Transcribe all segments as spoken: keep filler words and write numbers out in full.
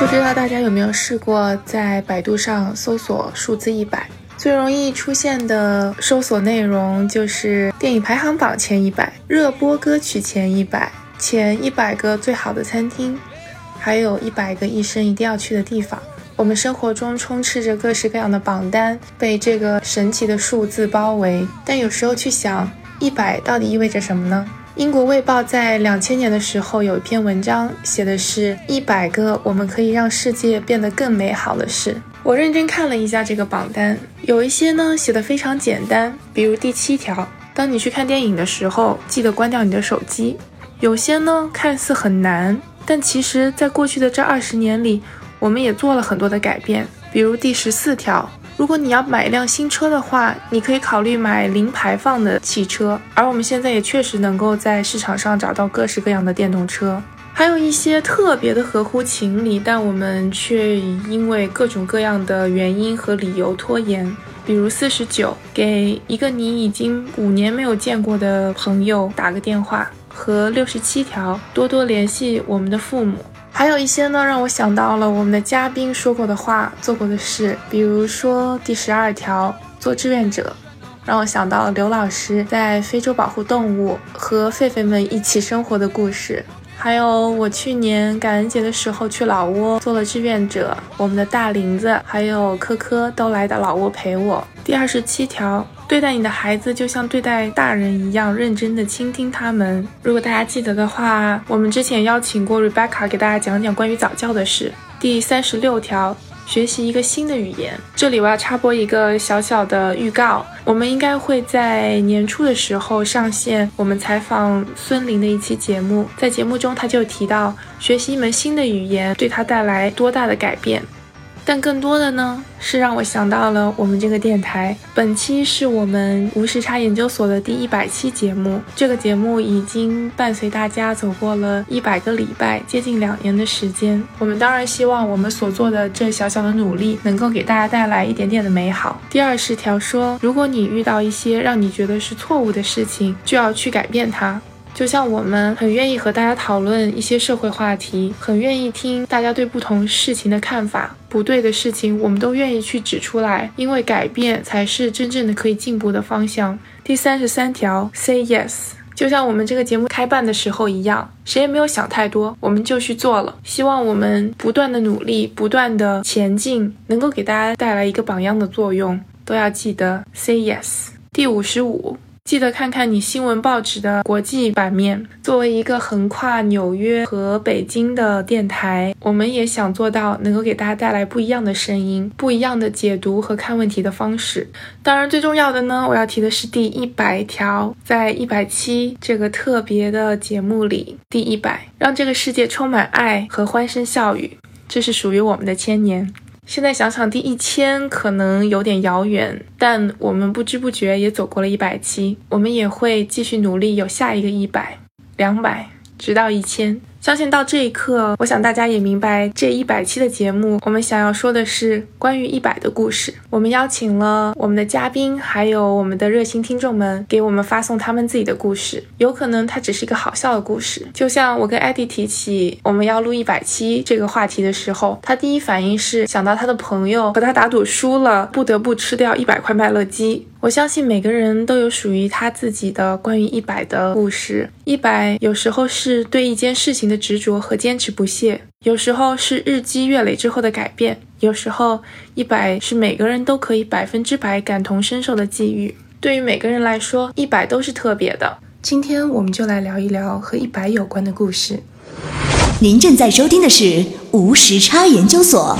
知道大家有没有试过在百度上搜索数字一百？最容易出现的搜索内容就是电影排行榜前一百、热播歌曲前一百、前一百个最好的餐厅，还有一百个一生一定要去的地方。我们生活中充斥着各式各样的榜单，被这个神奇的数字包围。但有时候去想，一百到底意味着什么呢？英国卫报在两千年的时候有一篇文章，写的是一百个我们可以让世界变得更美好的事。我认真看了一下这个榜单，有一些呢写得非常简单，比如第七条，当你去看电影的时候，记得关掉你的手机。有些呢看似很难，但其实在过去的这二十年里，我们也做了很多的改变。比如第十四条，如果你要买一辆新车的话，你可以考虑买零排放的汽车，而我们现在也确实能够在市场上找到各式各样的电动车。还有一些特别的合乎情理，但我们却因为各种各样的原因和理由拖延。比如四十九，给一个你已经五年没有见过的朋友打个电话，和六十七条，多多联系我们的父母。还有一些呢，让我想到了我们的嘉宾说过的话，做过的事。比如说第十二条，做志愿者，让我想到了刘老师在非洲保护动物和狒狒们一起生活的故事。还有我去年感恩节的时候去老挝做了志愿者，我们的大林子还有科科都来到老挝陪我。第二十七条，对待你的孩子就像对待大人一样，认真的倾听他们。如果大家记得的话，我们之前邀请过 Rebecca 给大家讲讲关于早教的事。第三十六条，学习一个新的语言。这里我要插播一个小小的预告，我们应该会在年初的时候上线我们采访孙琳的一期节目，在节目中他就提到学习一门新的语言对他带来多大的改变。但更多的呢，是让我想到了我们这个电台。本期是我们无时差研究所的第一百期节目，这个节目已经伴随大家走过了一百个礼拜，接近两年的时间。我们当然希望我们所做的这小小的努力，能够给大家带来一点点的美好。第二十条说，如果你遇到一些让你觉得是错误的事情，就要去改变它。就像我们很愿意和大家讨论一些社会话题，很愿意听大家对不同事情的看法，不对的事情我们都愿意去指出来，因为改变才是真正的可以进步的方向。第三十三条 say yes， 就像我们这个节目开办的时候一样，谁也没有想太多，我们就去做了。希望我们不断的努力，不断的前进，能够给大家带来一个榜样的作用，都要记得 say yes。 第五十五，记得看看你新闻报纸的国际版面。作为一个横跨纽约和北京的电台，我们也想做到能够给大家带来不一样的声音，不一样的解读和看问题的方式。当然最重要的呢，我要提的是第一百条，在一百期这个特别的节目里，第一百，让这个世界充满爱和欢声笑语，这是属于我们的千年。现在想想第一千可能有点遥远，但我们不知不觉也走过了一百期，我们也会继续努力，有下一个一百、两百，直到一千。相信到这一刻，我想大家也明白，这一百期的节目，我们想要说的是关于一百的故事。我们邀请了我们的嘉宾，还有我们的热心听众们，给我们发送他们自己的故事。有可能它只是一个好笑的故事，就像我跟艾迪提起我们要录一百期这个话题的时候，他第一反应是想到他的朋友和他打赌输了，不得不吃掉一百块麦乐鸡。我相信每个人都有属于他自己的关于一百的故事。一百有时候是对一件事情的执着和坚持不懈，有时候是日积月累之后的改变，有时候一百是每个人都可以百分之百感同身受的际遇。对于每个人来说，一百都是特别的。今天我们就来聊一聊和一百有关的故事。 您正在收听的是无时差研究所。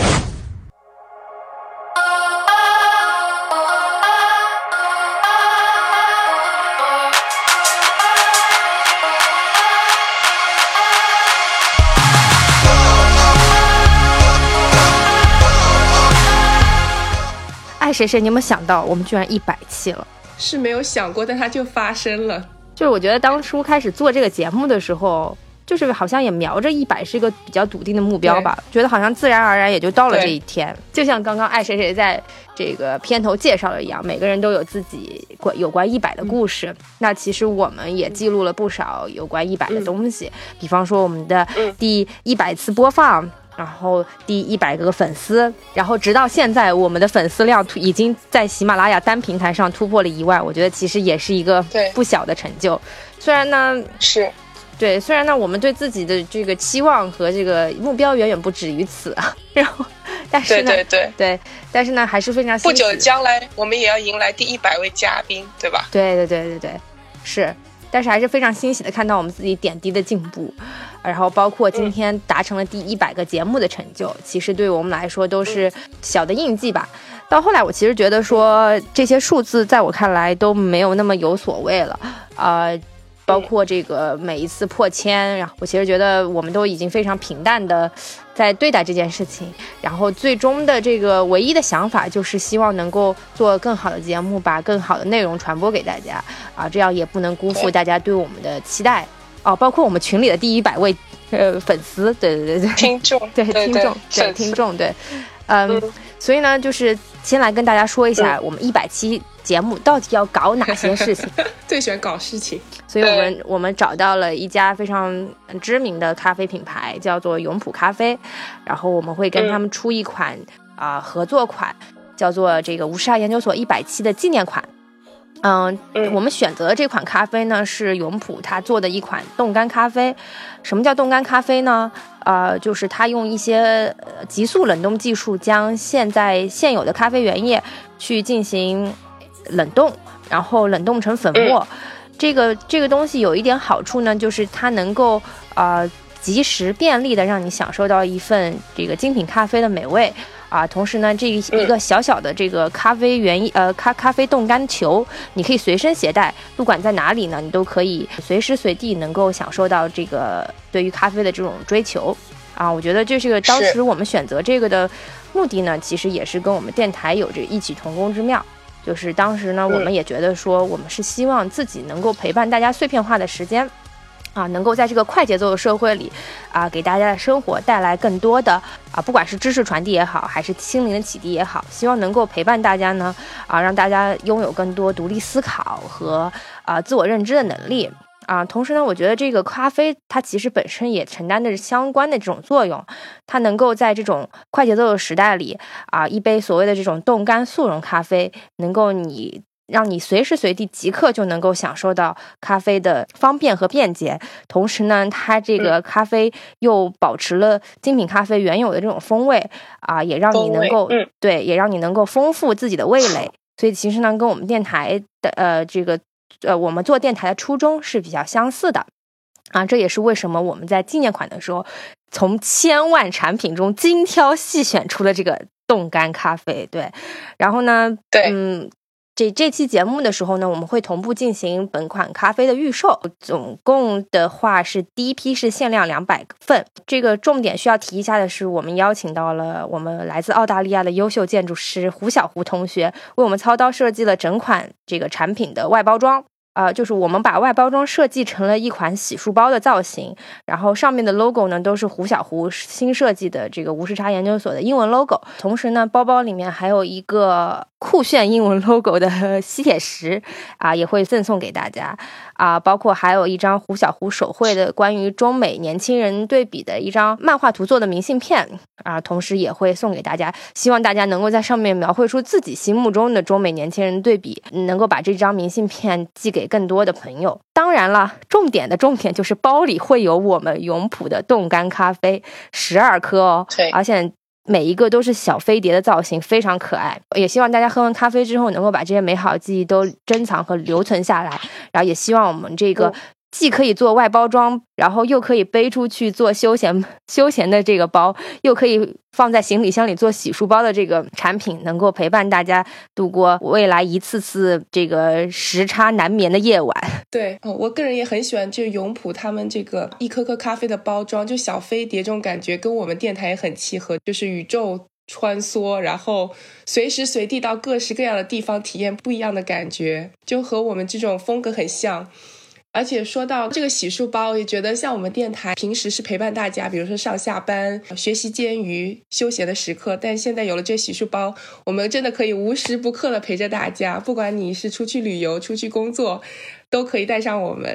爱谁谁，你有没有想到我们居然一百期了？ 是没有想过，但它就发生了。 就是我觉得当初开始做这个节目的时候，就是好像也瞄着一百是一个比较笃定的目标吧，觉得好像自然而然也就到了这一天。就像刚刚爱谁谁在这个片头介绍的一样，每个人都有自己有关一百的故事、嗯、那其实我们也记录了不少有关一百的东西、嗯、比方说我们的第一百次播放、 然后第一百个粉丝，然后直到现在我们的粉丝量已经在喜马拉雅单平台上突破了一万，我觉得其实也是一个不小的成就。虽然呢是对，虽然呢我们对自己的这个期望和这个目标远远不止于此，然后但是呢对对对对，但是呢还是非常欣喜， 不久将来我们也要迎来第一百位嘉宾，对吧？ 对对对对对，是。但是还是非常欣喜的看到我们自己点滴的进步，然后包括今天达成了第一百个节目的成就、嗯、其实对我们来说都是小的印记吧。到后来我其实觉得说这些数字在我看来都没有那么有所谓了，呃包括这个每一次破千，然后我其实觉得我们都已经非常平淡的在对待这件事情，然后最终的这个唯一的想法就是希望能够做更好的节目，把更好的内容传播给大家啊，这样也不能辜负大家对我们的期待哦，包括我们群里的第一百位呃粉丝，对对对对， 听众， 对听众，对听众，对，嗯，嗯所以呢，就是先来跟大家说一下，嗯、我们一百期节目到底要搞哪些事情？ 最喜欢搞事情， 所以我们我们找到了一家非常知名的咖啡品牌，叫做永璞咖啡，然后我们会跟他们出一款啊、嗯呃、合作款，叫做这个无时差研究所一百期的纪念款。嗯，我们选择的这款咖啡呢是永璞它做的一款冻干咖啡。什么叫冻干咖啡呢？呃，就是它用一些急速冷冻技术，将现在现有的咖啡原液去进行冷冻，然后冷冻成粉末。嗯、这个这个东西有一点好处呢，就是它能够呃及时便利的让你享受到一份这个精品咖啡的美味。啊，同时呢，这一个小小的这个咖啡原呃咖咖啡冻干球，你可以随身携带，不管在哪里呢，你都可以随时随地能够享受到这个对于咖啡的这种追求啊。我觉得这是个当时我们选择这个的目的呢，其实也是跟我们电台有着异曲同工之妙。就是当时呢，我们也觉得说，我们是希望自己能够陪伴大家碎片化的时间。啊，能够在这个快节奏的社会里，啊，给大家的生活带来更多的啊，不管是知识传递也好，还是心灵的启迪也好，希望能够陪伴大家呢，啊，让大家拥有更多独立思考和啊自我认知的能力啊。同时呢，我觉得这个咖啡它其实本身也承担着相关的这种作用，它能够在这种快节奏的时代里啊，一杯所谓的这种冻干速溶咖啡，能够你。让你随时随地即刻就能够享受到咖啡的方便和便捷，同时呢，它这个咖啡又保持了精品咖啡原有的这种风味啊，也让你能够、嗯、对，也让你能够丰富自己的味蕾。所以其实呢，跟我们电台的呃这个呃我们做电台的初衷是比较相似的啊，这也是为什么我们在纪念款的时候，从千万产品中精挑细选出了这个冻干咖啡。对，然后呢， 对， 嗯。这这期节目的时候呢，我们会同步进行本款咖啡的预售，总共的话是第一批是限量两百份。这个重点需要提一下的是，我们邀请到了我们来自澳大利亚的优秀建筑师胡小胡同学，为我们操刀设计了整款这个产品的外包装。呃，就是我们把外包装设计成了一款洗漱包的造型，然后上面的 logo 呢都是胡小胡新设计的这个无时差研究所的英文 logo， 同时呢，包包里面还有一个酷炫英文 logo 的吸铁石啊，也会赠送给大家啊，包括还有一张胡小胡手绘的关于中美年轻人对比的一张漫画图做的明信片啊，同时也会送给大家，希望大家能够在上面描绘出自己心目中的中美年轻人对比，能够把这张明信片寄给更多的朋友。当然了，重点的重点就是包里会有我们永璞的冻干咖啡十二颗哦， 对， 而且每一个都是小飞碟的造型，非常可爱。也希望大家喝完咖啡之后能够把这些美好的记忆都珍藏和留存下来，然后也希望我们这个既可以做外包装，然后又可以背出去做休闲休闲的这个包，又可以放在行李箱里做洗漱包的这个产品，能够陪伴大家度过未来一次次这个时差难眠的夜晚。 对、哦、我个人也很喜欢这永璞他们这个一颗颗咖啡的包装，就小飞碟这种感觉跟我们电台也很契合，就是宇宙穿梭，然后随时随地到各式各样的地方体验不一样的感觉，就和我们这种风格很像。而且说到这个洗漱包，我也觉得像我们电台平时是陪伴大家，比如说上下班、学习兼余、休闲的时刻，但现在有了这洗漱包，我们真的可以无时不刻的陪着大家，不管你是出去旅游、出去工作，都可以带上我们。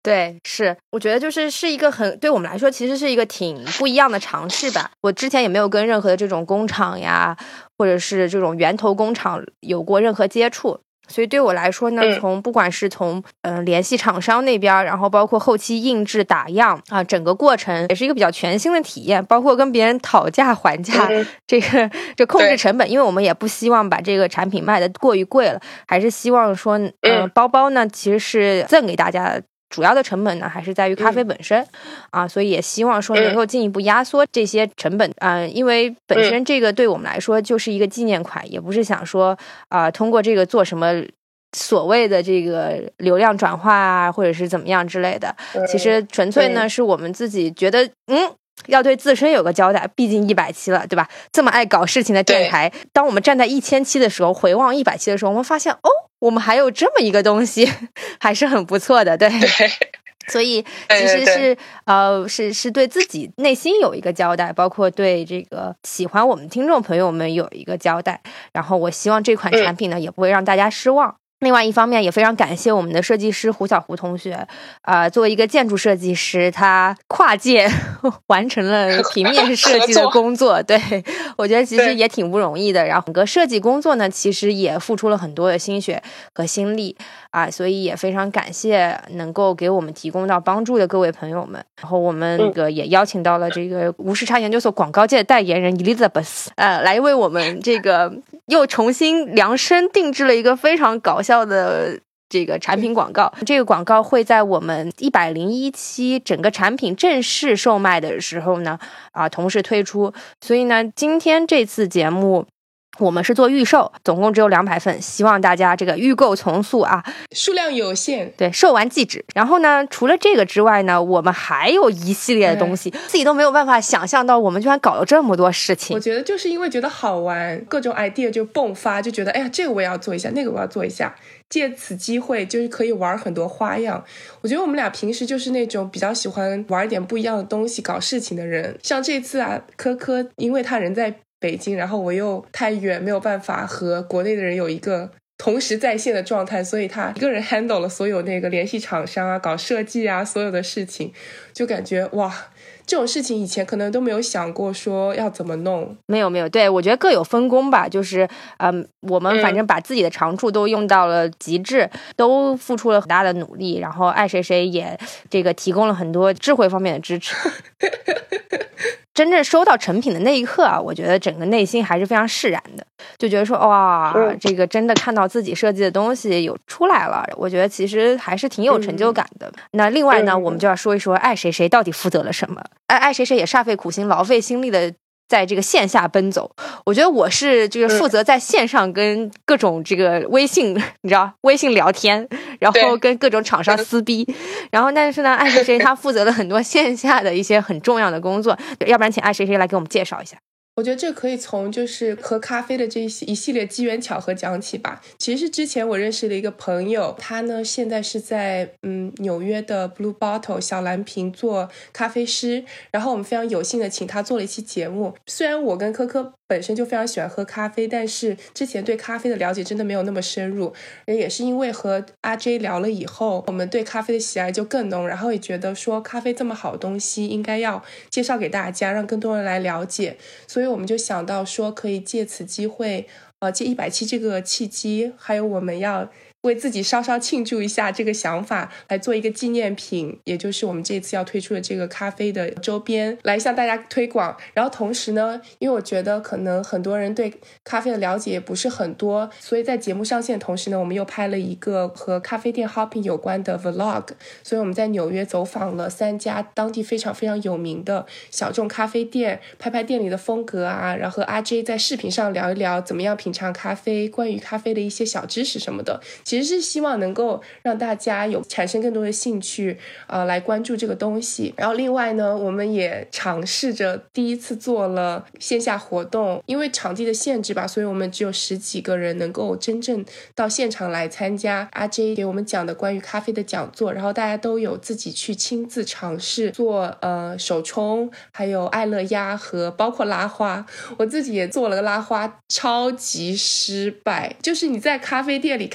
对，是，我觉得就是是一个很对我们来说，其实是一个挺不一样的尝试吧。我之前也没有跟任何的这种工厂呀，或者是这种源头工厂有过任何接触。所以对我来说呢，从不管是从呃联系厂商那边，然后包括后期印制打样啊，整个过程也是一个比较全新的体验，包括跟别人讨价还价，这个这控制成本，因为我们也不希望把这个产品卖得过于贵了，还是希望说呃包包呢其实是赠给大家的。主要的成本呢，还是在于咖啡本身、嗯、啊，所以也希望说能够进一步压缩这些成本啊、呃，因为本身这个对我们来说就是一个纪念款，也不是想说啊、呃、通过这个做什么所谓的这个流量转化啊，或者是怎么样之类的。其实纯粹呢是我们自己觉得，嗯。要对自身有个交代，毕竟一百期了，对吧？这么爱搞事情的电台，当我们站在一千期的时候，回望一百期的时候，我们发现哦，我们还有这么一个东西，还是很不错的，对。对所以其实是对对对呃是是对自己内心有一个交代，包括对这个喜欢我们听众朋友们有一个交代。然后我希望这款产品呢、嗯、也不会让大家失望。另外一方面也非常感谢我们的设计师胡小胡同学啊、呃，作为一个建筑设计师，他跨界完成了平面设计的工作，对，我觉得其实也挺不容易的。然后整个设计工作呢，其实也付出了很多的心血和心力啊，所以也非常感谢能够给我们提供到帮助的各位朋友们。然后我们这个也邀请到了这个无时差研究所广告界的代言人 Elizabeth 呃，来为我们这个又重新量身定制了一个非常搞笑的这个产品广告。这个广告会在我们一百零一期整个产品正式售卖的时候呢啊同时推出。所以呢，今天这次节目我们是做预售，总共只有两百份，希望大家这个预购从速啊， 数量有限， 对，售完即止。然后呢，除了这个之外呢，我们还有一系列的东西，自己都没有办法想象到，我们居然搞了这么多事情。 我觉得就是因为觉得好玩，各种 idea 就迸发，就觉得哎呀，这个我也要做一下，那个我要做一下，借此机会就是可以玩很多花样。我觉得我们俩平时就是那种比较喜欢玩一点不一样的东西，搞事情的人。像这次啊，科科因为他人在北京，然后我又太远，没有办法和国内的人有一个同时在线的状态，所以他一个人 handle 了所有那个联系厂商啊，搞设计啊，所有的事情，就感觉哇，这种事情以前可能都没有想过说要怎么弄。 没有没有，对，我觉得各有分工吧，就是嗯，我们反正把自己的长处都用到了极致、嗯、都付出了很大的努力，然后爱谁谁也这个提供了很多智慧方面的支持。真正收到成品的那一刻啊，我觉得整个内心还是非常释然的，就觉得说哇，这个真的看到自己设计的东西有出来了，我觉得其实还是挺有成就感的。嗯、那另外呢，我们就要说一说爱谁谁到底负责了什么。爱爱谁谁也煞费苦心劳费心力的在这个线下奔走，我觉得我是这个负责在线上跟各种这个微信、嗯、你知道微信聊天，然后跟各种厂商撕逼，然后但是呢，爱谁谁他负责了很多线下的一些很重要的工作，要不然请爱谁谁来给我们介绍一下。 我觉得这可以从就是喝咖啡的这一系列机缘巧合讲起吧。其实是之前我认识的一个朋友，他呢现在是在嗯纽约的 Blue Bottle 小蓝瓶做咖啡师，然后我们非常有幸的请他做了一期节目。虽然我跟科科本身就非常喜欢喝咖啡，但是之前对咖啡的了解真的没有那么深入，也是因为和阿 J 聊了以后，我们对咖啡的喜爱就更浓，然后也觉得说咖啡这么好的东西应该要介绍给大家，让更多人来了解，所以我们就想到说可以借此机会呃，借一百期这个契机，还有我们要为自己稍稍庆祝一下这个想法，来做一个纪念品，也就是我们这次要推出的这个咖啡的周边，来向大家推广。然后同时呢，因为我觉得可能很多人对咖啡的了解也不是很多，所以在节目上线的同时呢，我们又拍了一个和咖啡店 hopping 有关的 vlog， 所以我们在纽约走访了三家当地非常非常有名的小众咖啡店，拍拍店里的风格啊，然后和阿 J 在视频上聊一聊怎么样品尝咖啡，关于咖啡的一些小知识什么的，其实是希望能够让大家有产生更多的兴趣呃，来关注这个东西。然后另外呢，我们也尝试着第一次做了线下活动，因为场地的限制吧，所以我们只有十几个人能够真正到现场来参加阿 J 给我们讲的关于咖啡的讲座，然后大家都有自己去亲自尝试做呃手冲，还有爱乐压和包括拉花。我自己也做了个拉花，超级失败，就是你在咖啡店里看他们觉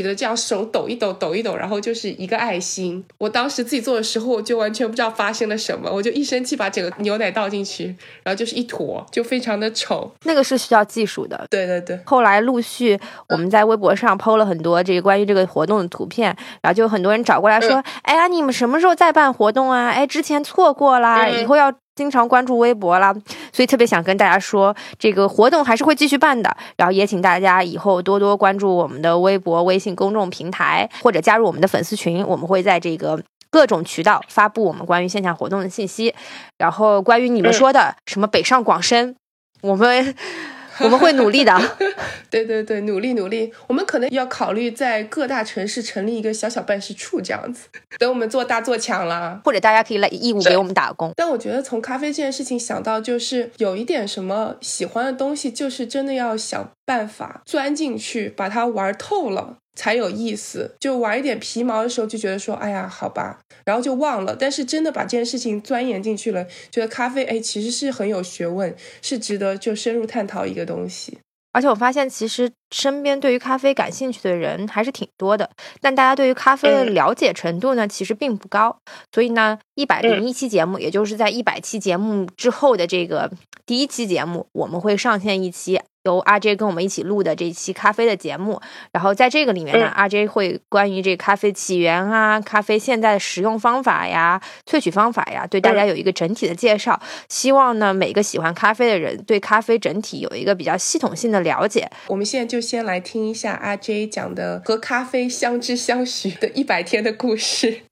曲的这样手抖一抖抖一抖，然后就是一个爱心。我当时自己做的时候就完全不知道发生了什么，我就一生气把整个牛奶倒进去，然后就是一坨，就非常的丑。 那个是需要技术的。 对对对。 后来陆续我们在微博上 po 了很多这个关于这个活动的图片，然后就有很多人找过来说、嗯、哎呀你们什么时候再办活动啊，哎之前错过啦、嗯、以后要经常关注微博啦。所以特别想跟大家说，这个活动还是会继续办的，然后也请大家以后多多关注我们的微博微信公众平台，或者加入我们的粉丝群，我们会在这个各种渠道发布我们关于线下活动的信息。然后关于你们说的什么北上广深，我们我们会努力的。 对对对，努力努力。我们可能要考虑在各大城市成立一个小小办事处这样子，等我们做大做强了， 或者大家可以来义务给我们打工。 但我觉得从咖啡这件事情想到，就是有一点什么喜欢的东西，就是真的要想办法钻进去把它玩透了才有意思。就玩一点皮毛的时候就觉得说哎呀好吧，然后就忘了。但是真的把这件事情钻研进去了，觉得咖啡哎其实是很有学问，是值得就深入探讨一个东西。 而且我发现其实身边对于咖啡感兴趣的人还是挺多的，但大家对于咖啡的了解程度呢、嗯、其实并不高。所以呢一百零一期节目、嗯、也就是在一百期节目之后的这个第一期节目，我们会上线一期由 R J 跟我们一起录的这期咖啡的节目。然后在这个里面呢、嗯、R J 会关于这咖啡起源啊，咖啡现在的使用方法呀，萃取方法呀，对大家有一个整体的介绍、嗯、希望呢每个喜欢咖啡的人对咖啡整体有一个比较系统性的了解。 我们现在就先来听一下 R J 讲的和咖啡相知相许的一百天的故事。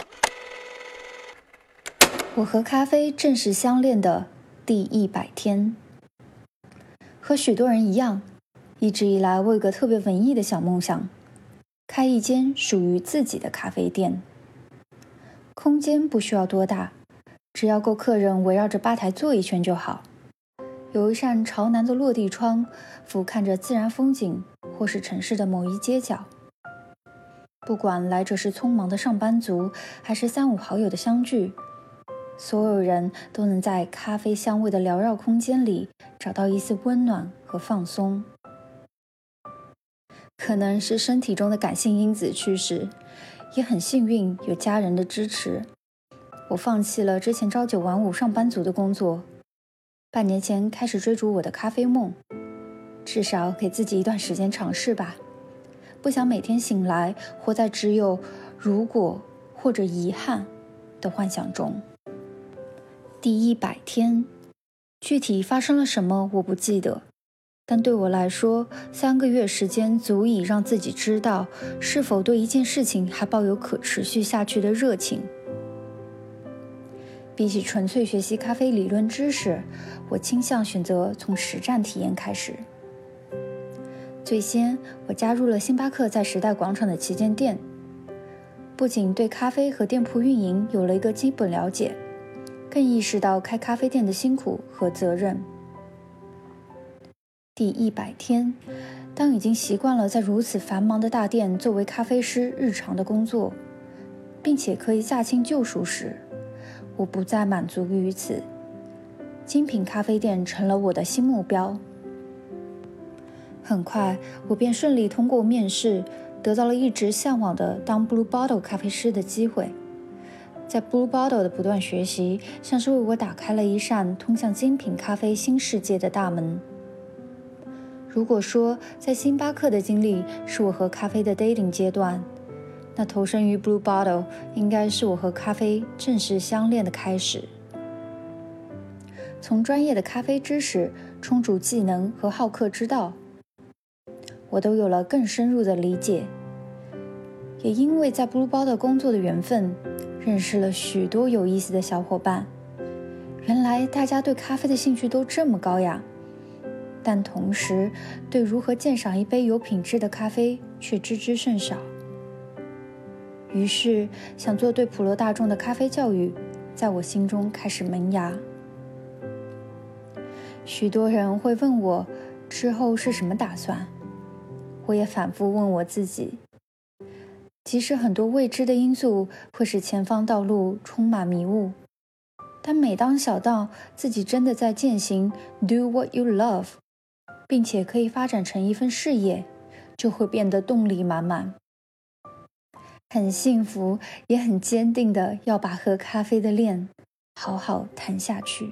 我和咖啡正式相恋的第一百天。和许多人一样，一直以来我有个特别文艺的小梦想，开一间属于自己的咖啡店。空间不需要多大，只要够客人围绕着吧台坐一圈就好。有一扇朝南的落地窗，俯瞰着自然风景，或是城市的某一街角。不管来者是匆忙的上班族，还是三五好友的相聚，所有人都能在咖啡香味的缭绕空间里找到一丝温暖和放松。可能是身体中的感性因子驱使，也很幸运有家人的支持，我放弃了之前朝九晚五上班族的工作，半年前开始追逐我的咖啡梦，至少给自己一段时间尝试吧。不想每天醒来活在只有如果或者遗憾的幻想中。第一百天，具体发生了什么我不记得，但对我来说，三个月时间足以让自己知道是否对一件事情还抱有可持续下去的热情。比起纯粹学习咖啡理论知识，我倾向选择从实战体验开始。最先，我加入了星巴克在时代广场的旗舰店，不仅对咖啡和店铺运营有了一个基本了解，更意识到开咖啡店的辛苦和责任。第一百天，当已经习惯了在如此繁忙的大店作为咖啡师日常的工作，并且可以驾轻就熟时，我不再满足于此，精品咖啡店成了我的新目标。很快，我便顺利通过面试，得到了一直向往的当 Blue Bottle 咖啡师的机会。在 Blue Bottle 的不断学习，像是为我打开了一扇通向精品咖啡新世界的大门。如果说在星巴克的经历是我和咖啡的 dating 阶段，那投身于 Blue Bottle 应该是我和咖啡正式相恋的开始。从专业的咖啡知识、充足技能和好客之道，我都有了更深入的理解。也因为在 Blue Bottle 工作的缘分，认识了许多有意思的小伙伴。原来大家对咖啡的兴趣都这么高雅，但同时对如何鉴赏一杯有品质的咖啡却知之甚少。于是想做对普罗大众的咖啡教育在我心中开始萌芽。许多人会问我之后是什么打算，我也反复问我自己。即使很多未知的因素会使前方道路充满迷雾，但每当想到自己真的在践行 Do what you love， 并且可以发展成一份事业，就会变得动力满满。 很幸福，也很坚定的要把喝咖啡的链好好谈下去。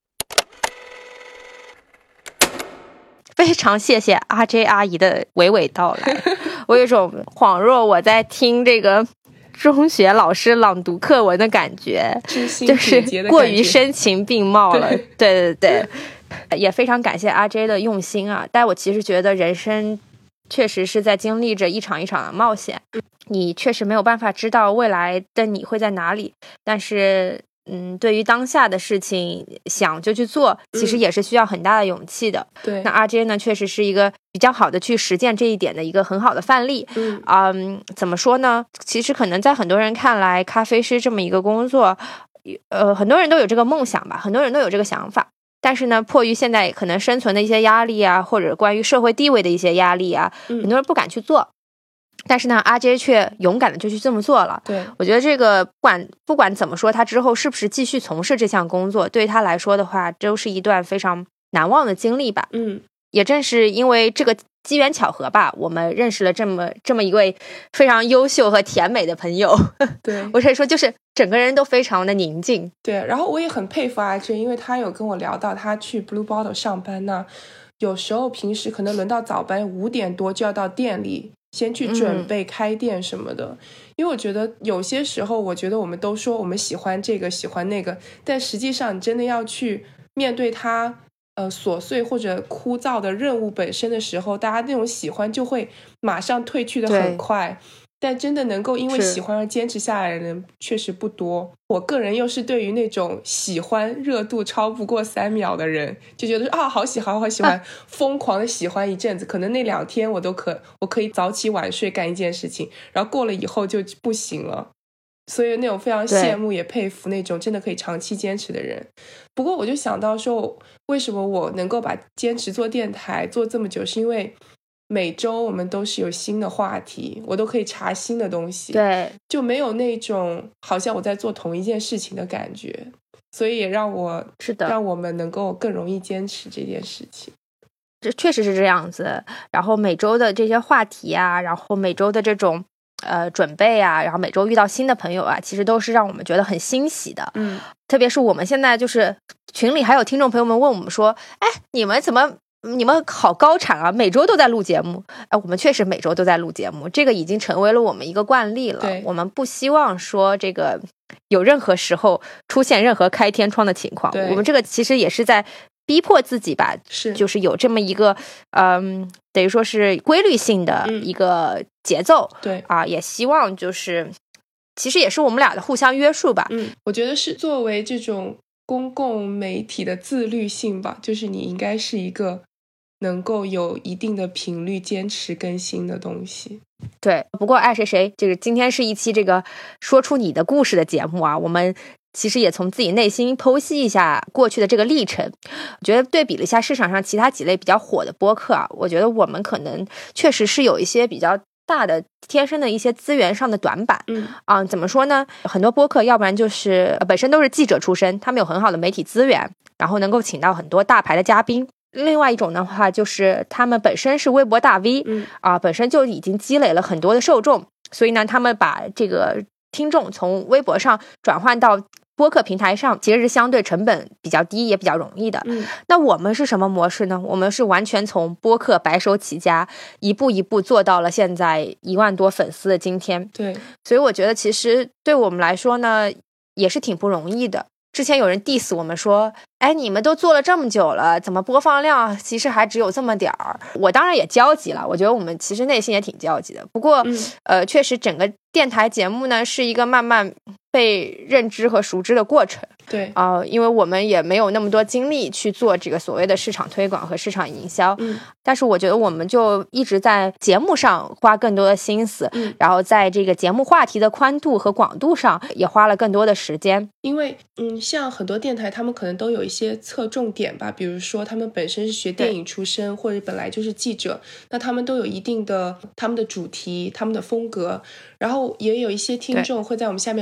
非常谢谢阿 J 阿姨的娓娓道来，我有一种恍若我在听这个中学老师朗读课文的感觉，就是过于声情并茂了。对对对对，也非常感谢阿 J 的用心啊！但我其实觉得人生确实是在经历着一场一场的冒险，你确实没有办法知道未来的你会在哪里，但是嗯，对于当下的事情想就去做，其实也是需要很大的勇气的。 对、嗯， 那阿 J 呢，确实是一个比较好的去实践这一点的一个很好的范例。 嗯嗯，怎么说呢？其实可能在很多人看来，咖啡师这么一个工作，呃，很多人都有这个梦想吧，很多人都有这个想法。但是呢，迫于现在可能生存的一些压力啊，或者关于社会地位的一些压力啊， 嗯、 很多人不敢去做。但是呢，阿 J 却勇敢的就去这么做了。 对， 我觉得这个不管不管怎么说，他之后是不是继续从事这项工作，对他来说的话，都是一段非常难忘的经历吧。 嗯， 也正是因为这个机缘巧合吧，我们认识了这么这么一位非常优秀和甜美的朋友。 对， 我可以说就是整个人都非常的宁静。 对，然后我也很佩服阿 J， 因为他有跟我聊到他去 Blue Bottle 上班呢，有时候平时可能轮到早班，五点多就要到店里先去准备开店什么的、嗯、因为我觉得有些时候我觉得我们都说我们喜欢这个喜欢那个，但实际上你真的要去面对它呃琐碎或者枯燥的任务本身的时候，大家那种喜欢就会马上褪去的很快，但真的能够因为喜欢而坚持下来的人确实不多。我个人又是对于那种喜欢热度超不过三秒的人，就觉得啊好喜欢好喜欢、啊、疯狂的喜欢一阵子，可能那两天我都可我可以早起晚睡干一件事情，然后过了以后就不行了。所以那种非常羡慕也佩服那种真的可以长期坚持的人。不过我就想到说，为什么我能够把坚持做电台做这么久，是因为每周我们都是有新的话题，我都可以查新的东西， 对， 就没有那种好像我在做同一件事情的感觉，所以也让我是的让我们能够更容易坚持这件事情。 这确实是这样子。然后每周的这些话题啊，然后每周的这种呃准备啊，然后每周遇到新的朋友啊，其实都是让我们觉得很欣喜的。 嗯， 特别是我们现在就是群里还有听众朋友们问我们说，哎，你们怎么你们好高产啊，每周都在录节目。哎，我们确实每周都在录节目，这个已经成为了我们一个惯例了。 对， 我们不希望说这个有任何时候出现任何开天窗的情况。我们这个其实也是在逼迫自己吧， 是就是有这么一个嗯，等于说是规律性的一个节奏。 嗯、对啊，也希望就是其实也是我们俩的互相约束吧。 嗯，我觉得是作为这种公共媒体的自律性吧，就是你应该是一个能够有一定的频率坚持更新的东西。 对，不过爱谁谁，就是今天是一期这个说出你的故事的节目啊，我们其实也从自己内心剖析一下过去的这个历程。我觉得对比了一下市场上其他几类比较火的播客啊，我觉得我们可能确实是有一些比较大的天生的一些资源上的短板。 嗯啊、呃，怎么说呢？很多播客要不然就是本身都是记者出身，他们有很好的媒体资源，然后能够请到很多大牌的嘉宾。另外一种的话就是他们本身是微博大 V， 嗯啊、呃，本身就已经积累了很多的受众，所以呢他们把这个听众从微博上转换到播客平台上，其实是相对成本比较低也比较容易的。 嗯， 那我们是什么模式呢？我们是完全从播客白手起家，一步一步做到了现在一万多粉丝的今天。 对， 所以我觉得其实对我们来说呢也是挺不容易的。之前有人 diss 我们说，哎，你们都做了这么久了，怎么播放量其实还只有这么点儿？我当然也焦急了，我觉得我们其实内心也挺焦急的。不过， 嗯、 呃，确实整个电台节目呢是一个慢慢被认知和熟知的过程。 对啊、呃，因为我们也没有那么多精力去做这个所谓的市场推广和市场营销。 嗯， 但是我觉得我们就一直在节目上花更多的心思， 嗯， 然后在这个节目话题的宽度和广度上也花了更多的时间。 因为嗯，像很多电台他们可能都有一些侧重点吧，比如说他们本身是学电影出身，或者本来就是记者，那他们都有一定的他们的主题他们的风格，然后也有一些听众会在我们下面留言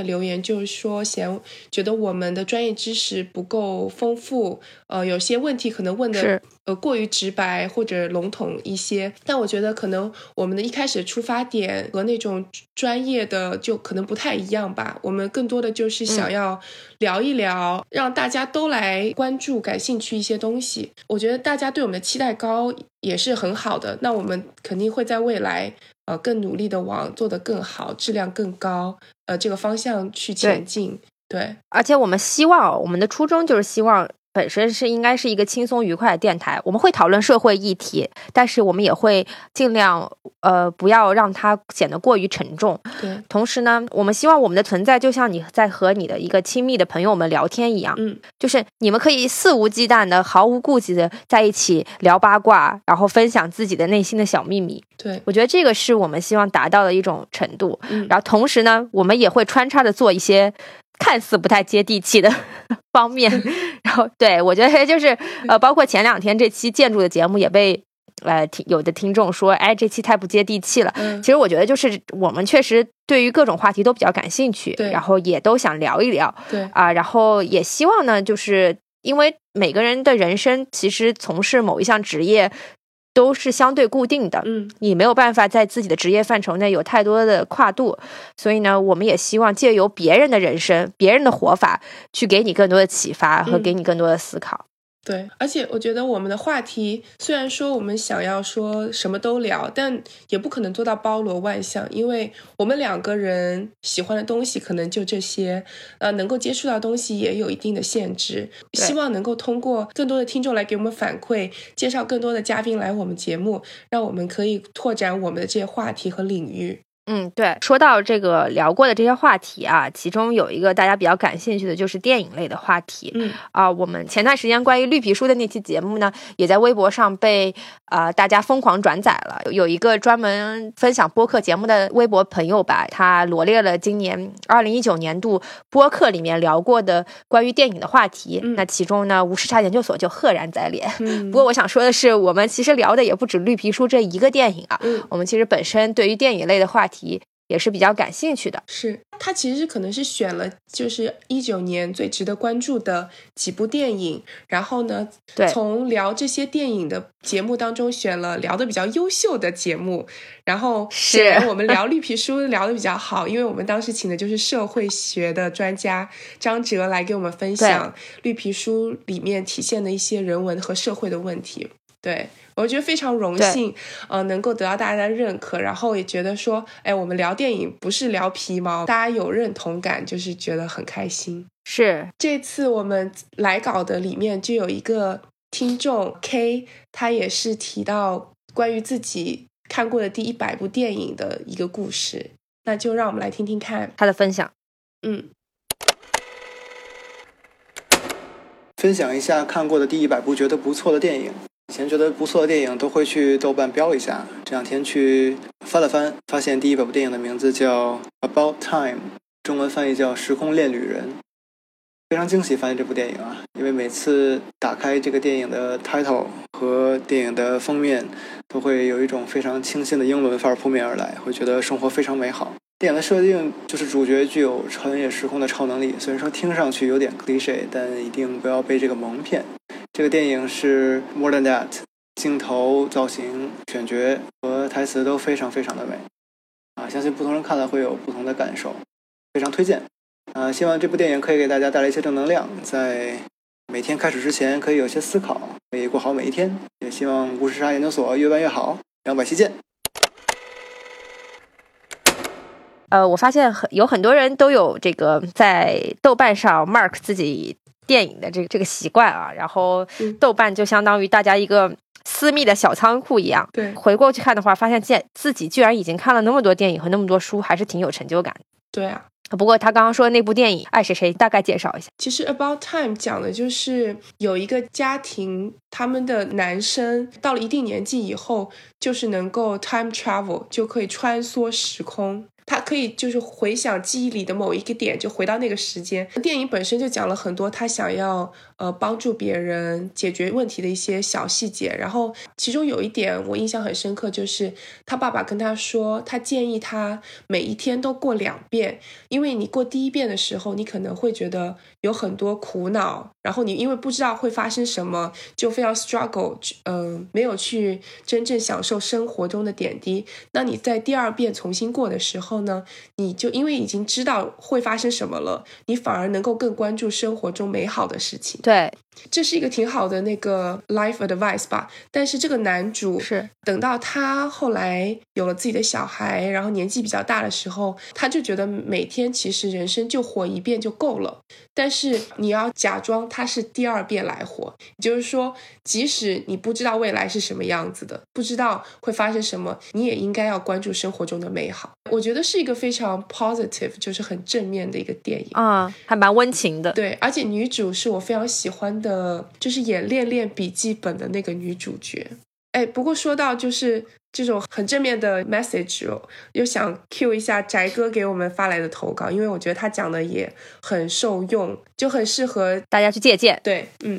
言，就是说嫌觉得我们的专业知识不够丰富，呃，有些问题可能问的呃过于直白或者笼统一些。但我觉得可能我们的一开始的出发点和那种专业的就可能不太一样吧。我们更多的就是想要聊一聊，嗯、让大家都来关注、感兴趣一些东西。我觉得大家对我们的期待高也是很好的，那我们肯定会在未来呃更努力的往做得更好、质量更高呃这个方向去前进。对，对， 而且我们希望我们的初衷就是希望本身是应该是一个轻松愉快的电台，我们会讨论社会议题，但是我们也会尽量呃不要让它显得过于沉重。 对， 同时呢，我们希望我们的存在就像你在和你的一个亲密的朋友们聊天一样， 嗯， 就是你们可以肆无忌惮的、毫无顾忌的在一起聊八卦，然后分享自己的内心的小秘密。 对， 我觉得这个是我们希望达到的一种程度。 嗯， 然后同时呢，我们也会穿插的做一些看似不太接地气的方面，然后对我觉得就是呃，包括前两天这期建筑的节目也被呃听有的听众说，哎，这期太不接地气了。 嗯， 其实我觉得就是我们确实对于各种话题都比较感兴趣， 对， 然后也都想聊一聊， 对啊，然后也希望呢，就是因为每个人的人生其实从事某一项职业都是相对固定的， 嗯， 你没有办法在自己的职业范畴内有太多的跨度，所以呢，我们也希望借由别人的人生、别人的活法，去给你更多的启发和给你更多的思考。 嗯，对，而且我觉得我们的话题虽然说我们想要说什么都聊，但也不可能做到包罗万象，因为我们两个人喜欢的东西可能就这些，呃，能够接触到的东西也有一定的限制。希望能够通过更多的听众来给我们反馈，介绍更多的嘉宾来我们节目，让我们可以拓展我们的这些话题和领域。 嗯，对，说到这个聊过的这些话题啊，其中有一个大家比较感兴趣的就是电影类的话题。 嗯啊、呃，我们前段时间关于绿皮书的那期节目呢，也在微博上被啊、呃、大家疯狂转载了。有一个专门分享播客节目的微博朋友吧，他罗列了今年二零一九年度播客里面聊过的关于电影的话题。 嗯、 那其中呢，无时差研究所就赫然在列。 嗯、 不过我想说的是，我们其实聊的也不止绿皮书这一个电影啊。 嗯， 我们其实本身对于电影类的话题也是比较感兴趣的。 是，他其实可能是选了就是一九年最值得关注的几部电影，然后呢， 对， 从聊这些电影的节目当中选了聊的比较优秀的节目，然后显然我们聊绿皮书聊的比较好，因为我们当时请的就是社会学的专家张哲来给我们分享绿皮书里面体现的一些人文和社会的问题。对，我觉得非常荣幸，呃，能够得到大家的认可，然后也觉得说，哎，我们聊电影不是聊皮毛，大家有认同感，就是觉得很开心。 是， 这次我们来稿的里面就有一个听众 K， 他也是提到关于自己看过的第一百部电影的一个故事，那就让我们来听听看他的分享。 嗯。 分享一下看过的第一百部觉得不错的电影。以前觉得不错的电影都会去豆瓣标一下，这两天去翻了翻，发现第一百部电影的名字叫 About Time， 中文翻译叫时空恋旅人。非常惊喜发现这部电影啊，因为每次打开这个电影的 title 和电影的封面都会有一种非常清新的英伦范儿扑面而来，会觉得生活非常美好。电影的设定就是主角具有穿越时空的超能力，虽然说听上去有点 cliché， 但一定不要被这个蒙骗。这个电影是 more than that， 镜头、造型、选角和台词都非常非常的美啊！相信不同人看了会有不同的感受，非常推荐啊！希望这部电影可以给大家带来一些正能量，在每天开始之前可以有些思考，可以过好每一天。也希望无时差研究所越办越好，两百期见。 呃，我发现很有很多人都有这个在豆瓣上 mark 自己电影的这个这个习惯啊，然后豆瓣就相当于大家一个私密的小仓库一样。 对， 回过去看的话，发现自自己居然已经看了那么多电影和那么多书，还是挺有成就感。 对啊。 不过他刚刚说的那部电影爱谁谁，大概介绍一下。 其实 About Time 讲的就是有一个家庭，他们的男生到了一定年纪以后，就是能够 time travel， 就可以穿梭时空。他可以就是回想记忆里的某一个点，就回到那个时间。电影本身就讲了很多他想要呃帮助别人解决问题的一些小细节，然后其中有一点我印象很深刻，就是他爸爸跟他说，他建议他每一天都过两遍，因为你过第一遍的时候，你可能会觉得有很多苦恼，然后你因为不知道会发生什么，就非常 struggle， 嗯、呃，没有去真正享受生活中的点滴。那你在第二遍重新过的时候呢，你就因为已经知道会发生什么了，你反而能够更关注生活中美好的事情。 对， 这是一个挺好的那个 life advice 吧。但是这个男主是等到他后来有了自己的小孩，然后年纪比较大的时候，他就觉得每天其实人生就活一遍就够了，但是你要假装他是第二遍来活，也就是说即使你不知道未来是什么样子的，不知道会发生什么，你也应该要关注生活中的美好。我觉得是一个非常 positive， 就是很正面的一个电影啊、嗯，还蛮温情的。 对，而且女主是我非常喜欢的，就是演《恋恋笔记本》的那个女主角。哎，不过说到就是这种很正面的 message， 又想 cue 一下翟哥给我们发来的投稿，因为我觉得他讲的也很受用，就很适合大家去借鉴。 对，嗯。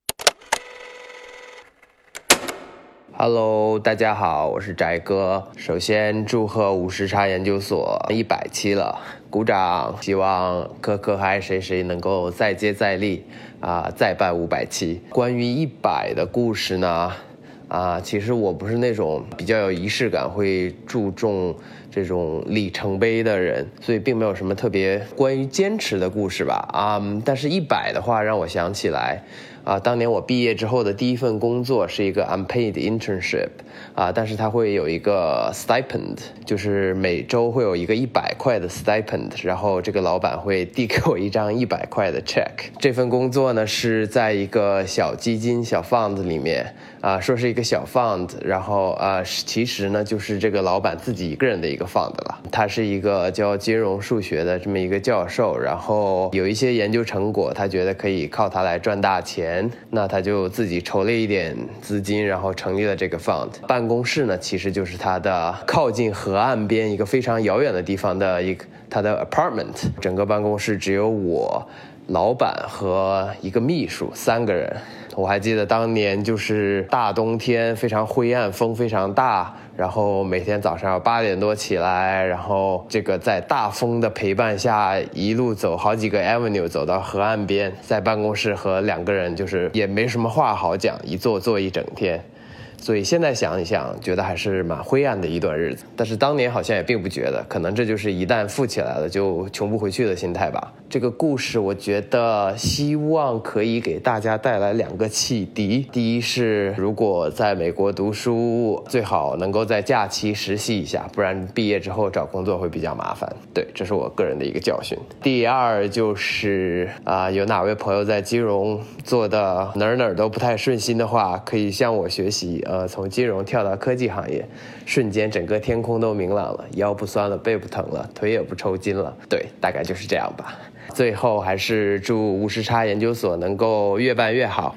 Hello， 大家好，我是翟哥。首先祝贺五十差研究所一百期了，鼓掌！希望科科和爱谁谁能够再接再厉啊、呃，再办五百期。关于一百的故事呢，啊、呃，其实我不是那种比较有仪式感、会注重这种里程碑的人，所以并没有什么特别关于坚持的故事吧。啊、嗯，但是一百的话，让我想起来。啊，当年我毕业之后的第一份工作是一个 unpaid internship， 啊，但是它会有一个 stipend， 就是每周会有一个一百块的 stipend， 然后这个老板会递给我一张一百块的 check。这份工作呢是在一个小基金小 fund 里面，啊，说是一个小 fund， 然后啊，其实呢就是这个老板自己一个人的一个 fund 了。他是一个教金融数学的这么一个教授，然后有一些研究成果，他觉得可以靠它来赚大钱。那他就自己筹了一点资金，然后成立了这个 fund。 办公室呢其实就是他的靠近河岸边一个非常遥远的地方的一个他的 apartment。 整个办公室只有我、老板和一个秘书，三个人。我还记得当年就是大冬天，非常灰暗，风非常大，然后每天早上八点多起来，然后这个在大风的陪伴下一路走好几个 avenue 走到河岸边，在办公室和两个人就是也没什么话好讲，一坐坐一整天。所以现在想一想，觉得还是蛮灰暗的一段日子，但是当年好像也并不觉得，可能这就是一旦富起来了就穷不回去的心态吧。这个故事我觉得希望可以给大家带来两个启迪。第一是如果在美国读书，最好能够在假期实习一下，不然毕业之后找工作会比较麻烦。对，这是我个人的一个教训。第二就是啊、呃，有哪位朋友在金融做的哪儿哪儿都不太顺心的话，可以向我学习。呃，从金融跳到科技行业，瞬间整个天空都明朗了，腰不酸了，背不疼了，腿也不抽筋了。对，大概就是这样吧。最后还是祝无时差研究所能够越办越好。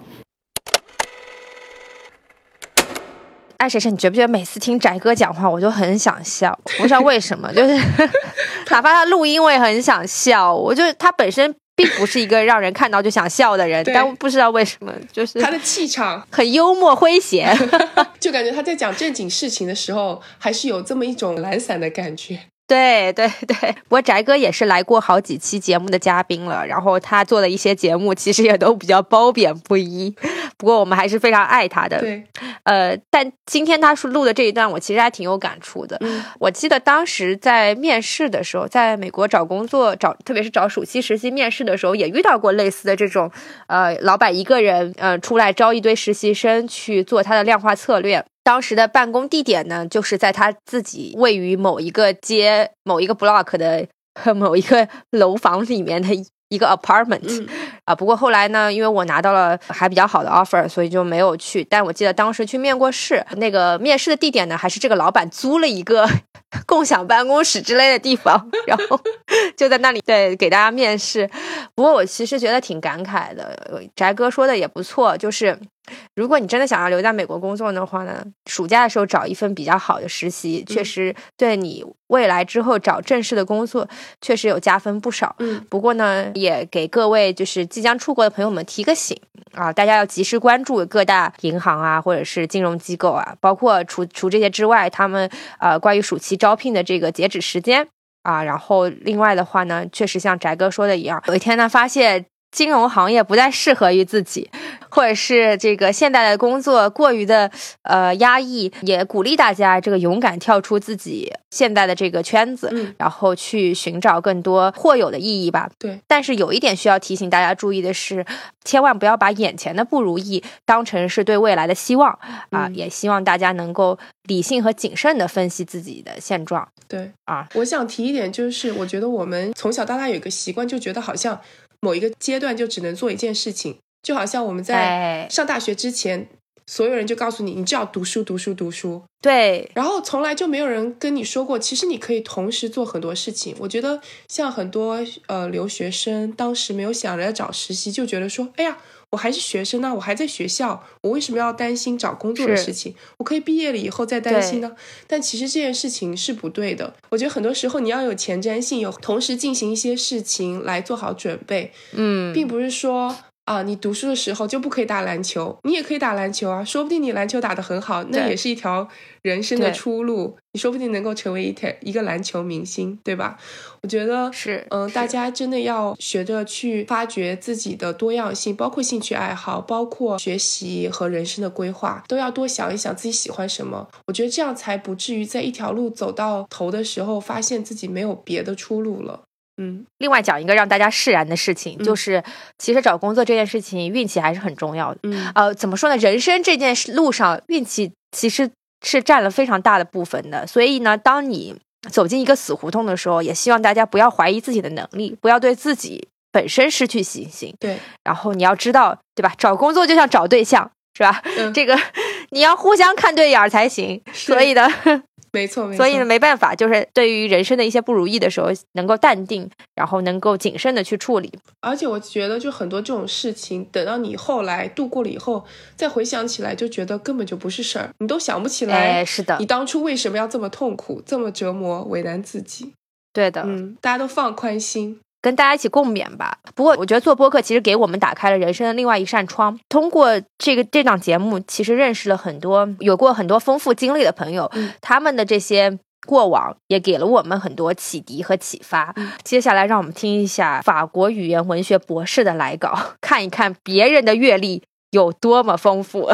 爱谁谁，你觉不觉得每次听翟哥讲话我就很想笑？不知道为什么，就是哪怕他录音我也很想笑。我就是他本身并不是一个让人看到就想笑的人，但不知道为什么就是他的气场很幽默诙谐就感觉他在讲正经事情的时候还是有这么一种懒散的感觉。 对对对，不过翟哥也是来过好几期节目的嘉宾了，然后他做的一些节目其实也都比较褒贬不一，不过我们还是非常爱他的。 对， 呃，但今天他录的这一段我其实还挺有感触的。 嗯， 我记得当时在面试的时候，在美国找工作，找特别是找暑期实习面试的时候，也遇到过类似的这种，呃，老板一个人呃出来招一堆实习生去做他的量化策略。当时的办公地点呢，就是在他自己位于某一个街、某一个 block 的某一个楼房里面的一个 apartment、嗯、啊。不过后来呢，因为我拿到了还比较好的 offer， 所以就没有去。但我记得当时去面过试，那个面试的地点呢，还是这个老板租了一个共享办公室之类的地方，然后就在那里对给大家面试。不过我其实觉得挺感慨的，翟哥说的也不错，就是如果你真的想要留在美国工作的话呢，暑假的时候找一份比较好的实习，确实对你未来之后找正式的工作确实有加分不少。 嗯， 不过呢，也给各位就是即将出国的朋友们提个醒啊，大家要及时关注各大银行啊，或者是金融机构啊，包括除除这些之外，他们呃关于暑期招聘的这个截止时间啊。然后另外的话呢，确实像翟哥说的一样，有一天呢发现金融行业不再适合于自己，或者是这个现代的工作过于的呃压抑，也鼓励大家这个勇敢跳出自己现代的这个圈子， 嗯， 然后去寻找更多或有的意义吧。 对， 但是有一点需要提醒大家注意的是，千万不要把眼前的不如意当成是对未来的希望啊、 嗯！ 也希望大家能够理性和谨慎的分析自己的现状。 对啊， 我想提一点，就是我觉得我们从小到大有一个习惯，就觉得好像某一个阶段就只能做一件事情，就好像我们在上大学之前、哎、所有人就告诉你你就要读书读书读书， 对， 然后从来就没有人跟你说过其实你可以同时做很多事情。我觉得像很多呃留学生当时没有想着找实习，就觉得说哎呀我还是学生呢，我还在学校，我为什么要担心找工作的事情？我可以毕业了以后再担心呢。但其实这件事情是不对的。我觉得很多时候你要有前瞻性，有同时进行一些事情来做好准备。 嗯， 并不是说啊，你读书的时候就不可以打篮球，你也可以打篮球啊，说不定你篮球打得很好，那也是一条人生的出路，你说不定能够成为一条一个篮球明星，对吧？我觉得是， 嗯、呃，大家真的要学着去发掘自己的多样性，包括兴趣爱好，包括学习和人生的规划，都要多想一想自己喜欢什么。我觉得这样才不至于在一条路走到头的时候，发现自己没有别的出路了。嗯， 另外讲一个让大家释然的事情， 嗯、 就是其实找工作这件事情运气还是很重要的。 嗯， 呃，怎么说呢？人生这件路上，运气其实是占了非常大的部分的。所以呢，当你走进一个死胡同的时候，也希望大家不要怀疑自己的能力，不要对自己本身失去信心。 对， 然后你要知道，对吧？找工作就像找对象，是吧？ 嗯、 这个你要互相看对眼儿才行。所以呢。 没错，没错。 所以呢，没办法，就是对于人生的一些不如意的时候，能够淡定，然后能够谨慎的去处理。 而且我觉得，就很多这种事情，等到你后来度过了以后，再回想起来，就觉得根本就不是事儿，你都想不起来。 哎，是的， 你当初为什么要这么痛苦、这么折磨、为难自己？ 对的， 嗯，大家都放宽心。 跟大家一起共勉吧。不过我觉得做播客其实给我们打开了人生的另外一扇窗。通过这个这档节目，其实认识了很多有过很多丰富经历的朋友， 嗯、 他们的这些过往也给了我们很多启迪和启发。 嗯、 接下来让我们听一下法国语言文学博士的来稿，看一看别人的阅历有多么丰富。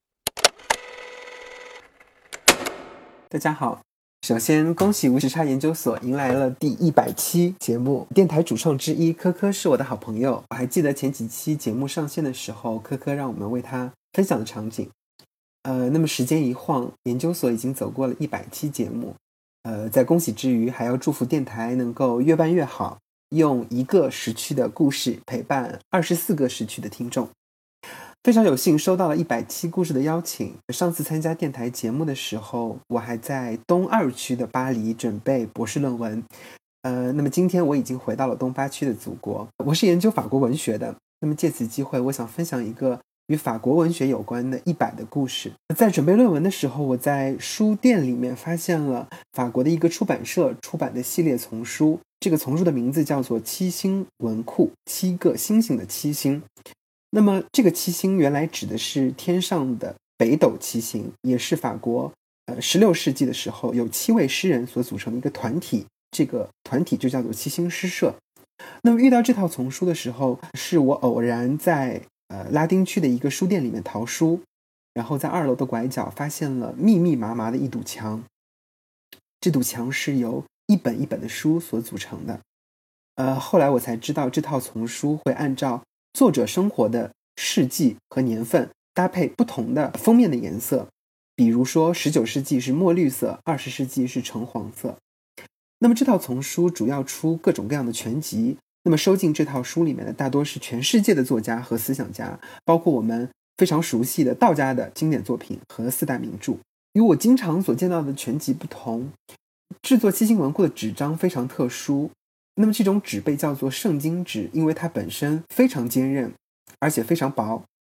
大家好，首先恭喜无时差研究所迎来了第一百期节目，电台主创之一科科是我的好朋友，我还记得前几期节目上线的时候，科科让我们为他分享的场景。呃，那么时间一晃，研究所已经走过了一百期节目，呃，在恭喜之余，还要祝福电台能够越办越好，用一个时区的故事陪伴二十四个时区的听众。非常有幸收到了一百期故事的邀请。上次参加电台节目的时候，我还在东二区的巴黎准备博士论文。呃，那么今天我已经回到了东八区的祖国。我是研究法国文学的，那么借此机会，我想分享一个与法国文学有关的一百的故事。在准备论文的时候，我在书店里面发现了法国的一个出版社出版的系列丛书，这个丛书的名字叫做七星文库，七个星星的七星。那么这个七星原来指的是天上的北斗七星，也是法国呃十六世纪的时候有七位诗人所组成的一个团体，这个团体就叫做七星诗社。那么遇到这套丛书的时候，是我偶然在呃拉丁区的一个书店里面淘书，然后在二楼的拐角发现了密密麻麻的一堵墙，这堵墙是由一本一本的书所组成的。呃，后来我才知道这套丛书会按照作者生活的世纪和年份搭配不同的封面的颜色，比如说十九世纪是墨绿色，二十世纪是橙黄色。那么这套丛书主要出各种各样的全集，那么收进这套书里面的大多是全世界的作家和思想家，包括我们非常熟悉的道家的经典作品和四大名著。与我经常所见到的全集不同，制作七星文库的纸张非常特殊。那么这种纸被叫做圣经纸，因为它本身非常坚韧，而且非常薄。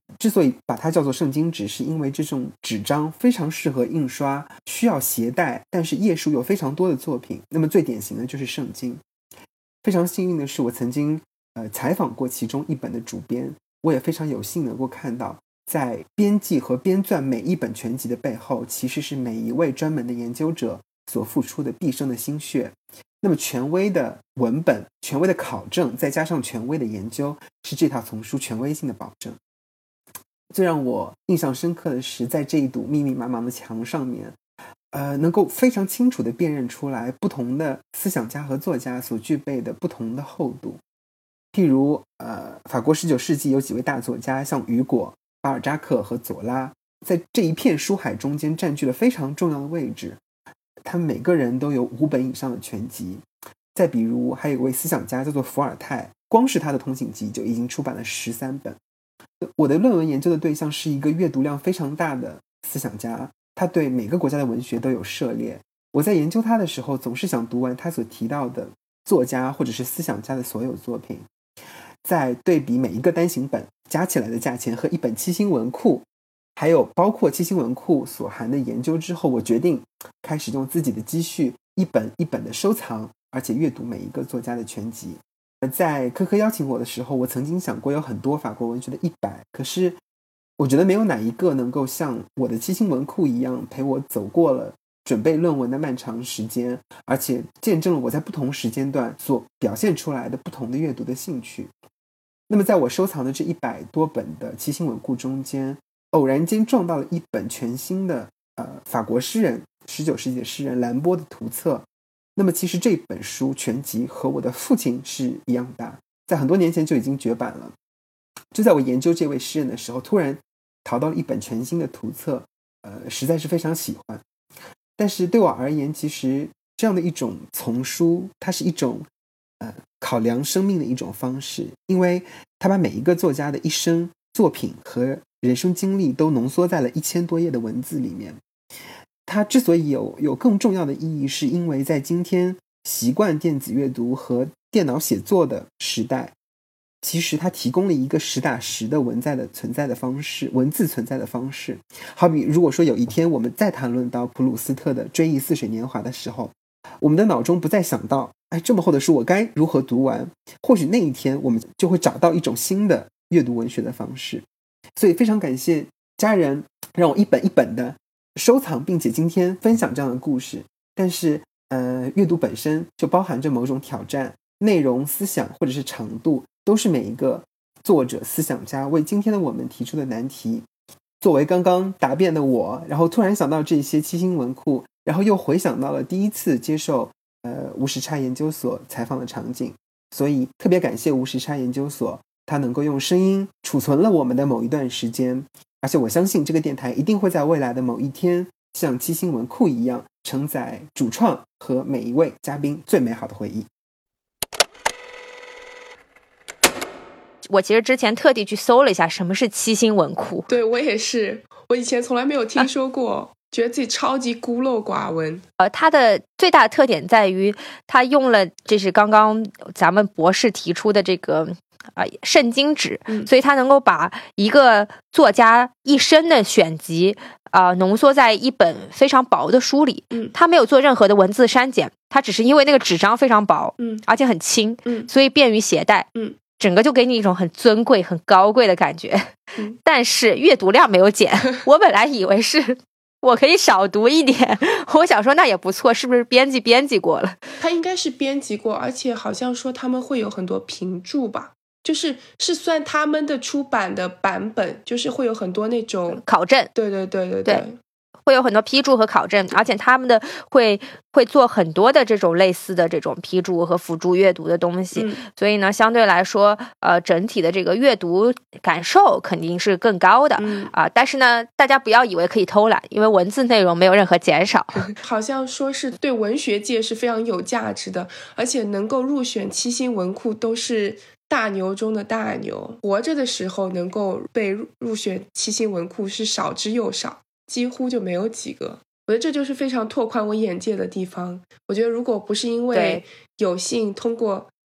之所以把它叫做圣经纸，是因为这种纸张非常适合印刷，需要携带，但是页数有非常多的作品。那么最典型的就是圣经。非常幸运的是，我曾经呃采访过其中一本的主编，我也非常有幸能够看到，在编辑和编撰每一本全集的背后，其实是每一位专门的研究者所付出的毕生的心血。那么权威的文本、权威的考证，再加上权威的研究，是这套丛书权威性的保证。最让我印象深刻的是，在这一堵密密麻麻的墙上面，呃，能够非常清楚地辨认出来不同的思想家和作家所具备的不同的厚度。譬如，呃，法国十九世纪有几位大作家，像雨果、巴尔扎克和左拉，在这一片书海中间占据了非常重要的位置。他们每个人都有五本以上的全集。再比如，还有一位思想家叫做伏尔泰，光是他的通行集就已经出版了十三本。我的论文研究的对象是一个阅读量非常大的思想家，他对每个国家的文学都有涉猎。我在研究他的时候，总是想读完他所提到的作家或者是思想家的所有作品，再对比每一个单行本加起来的价钱和一本七星文库，还有包括七星文库所含的研究之后，我决定开始用自己的积蓄一本一本的收藏，而且阅读每一个作家的全集。在科科邀请我的时候，我曾经想过有很多法国文学的一百，可是我觉得没有哪一个能够像我的七星文库一样陪我走过了准备论文的漫长时间，而且见证了我在不同时间段所表现出来的不同的阅读的兴趣。那么在我收藏的这一百多本的七星文库中间，偶然间撞到了一本全新的呃法国诗人十九世纪的诗人兰波的图册。那么其实这本书全集和我的父亲是一样大，在很多年前就已经绝版了。就在我研究这位诗人的时候，突然淘到了一本全新的图册，呃，实在是非常喜欢。但是对我而言，其实这样的一种丛书，它是一种呃考量生命的一种方式，因为它把每一个作家的一生作品和人生经历都浓缩在了一千多页的文字里面。它之所以有有更重要的意义，是因为在今天习惯电子阅读和电脑写作的时代，其实它提供了一个实打实的文在的存在的方式，文字存在的方式。好比如果说有一天我们再谈论到普鲁斯特的《追忆似水年华》的时候，我们的脑中不再想到，哎，这么厚的书我该如何读完？或许那一天我们就会找到一种新的阅读文学的方式。所以非常感谢家人让我一本一本的收藏，并且今天分享这样的故事。但是呃，阅读本身就包含着某种挑战，内容、思想或者是长度都是每一个作者、思想家为今天的我们提出的难题。作为刚刚答辩的我，然后突然想到这些七星文库，然后又回想到了第一次接受呃无时差研究所采访的场景，所以特别感谢无时差研究所，它能够用声音储存了我们的某一段时间。而且我相信这个电台一定会在未来的某一天像七星文库一样承载主创和每一位嘉宾最美好的回忆。 我其实之前特地去搜了一下什么是七星文库。 对，我也是，我以前从来没有听说过、啊、觉得自己超级孤陋寡闻。 呃，它的最大的特点在于它用了这是刚刚咱们博士提出的这个呃，圣经纸、嗯、所以它能够把一个作家一生的选集啊、呃、浓缩在一本非常薄的书里。 嗯， 它没有做任何的文字删减，它只是因为那个纸张非常薄， 嗯， 而且很轻， 嗯， 所以便于携带， 嗯， 整个就给你一种很尊贵、很高贵的感觉。 嗯， 但是阅读量没有减，我本来以为是我可以少读一点，我想说那也不错，是不是编辑编辑过了？ 他应该是编辑过，而且好像说他们会有很多评注吧。就是是算他们的出版的版本，就是会有很多那种考证， 对对对对对, 对会有很多批注和考证，而且他们的会会做很多的这种类似的这种批注和辅助阅读的东西、嗯、所以呢相对来说呃整体的这个阅读感受肯定是更高的、嗯、啊，但是呢大家不要以为可以偷懒，因为文字内容没有任何减少。 好像说是对文学界是非常有价值的，而且能够入选七星文库都是大牛中的大牛，活着的时候能够被入选七星文库是少之又少，几乎就没有几个。我觉得这就是非常拓宽我眼界的地方。我觉得如果不是因为有幸通过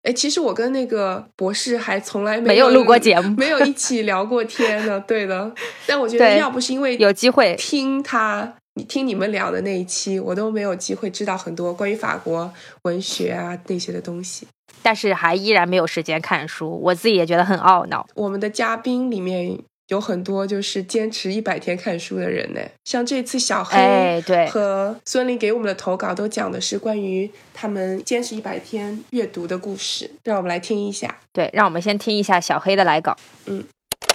哎，其实我跟那个博士还从来没有录过节目， 没有一起聊过天呢。对的，但我觉得要不是因为有机会听他，你听你们聊的那一期，我都没有机会知道很多关于法国文学啊那些的东西。 但是还依然没有时间看书，我自己也觉得很懊恼。 我们的嘉宾里面有很多就是坚持一百天看书的人呢，像这次小黑和孙林给我们的投稿都讲的是关于他们坚持一百天阅读的故事，让我们来听一下。 对，让我们先听一下小黑的来稿。 嗯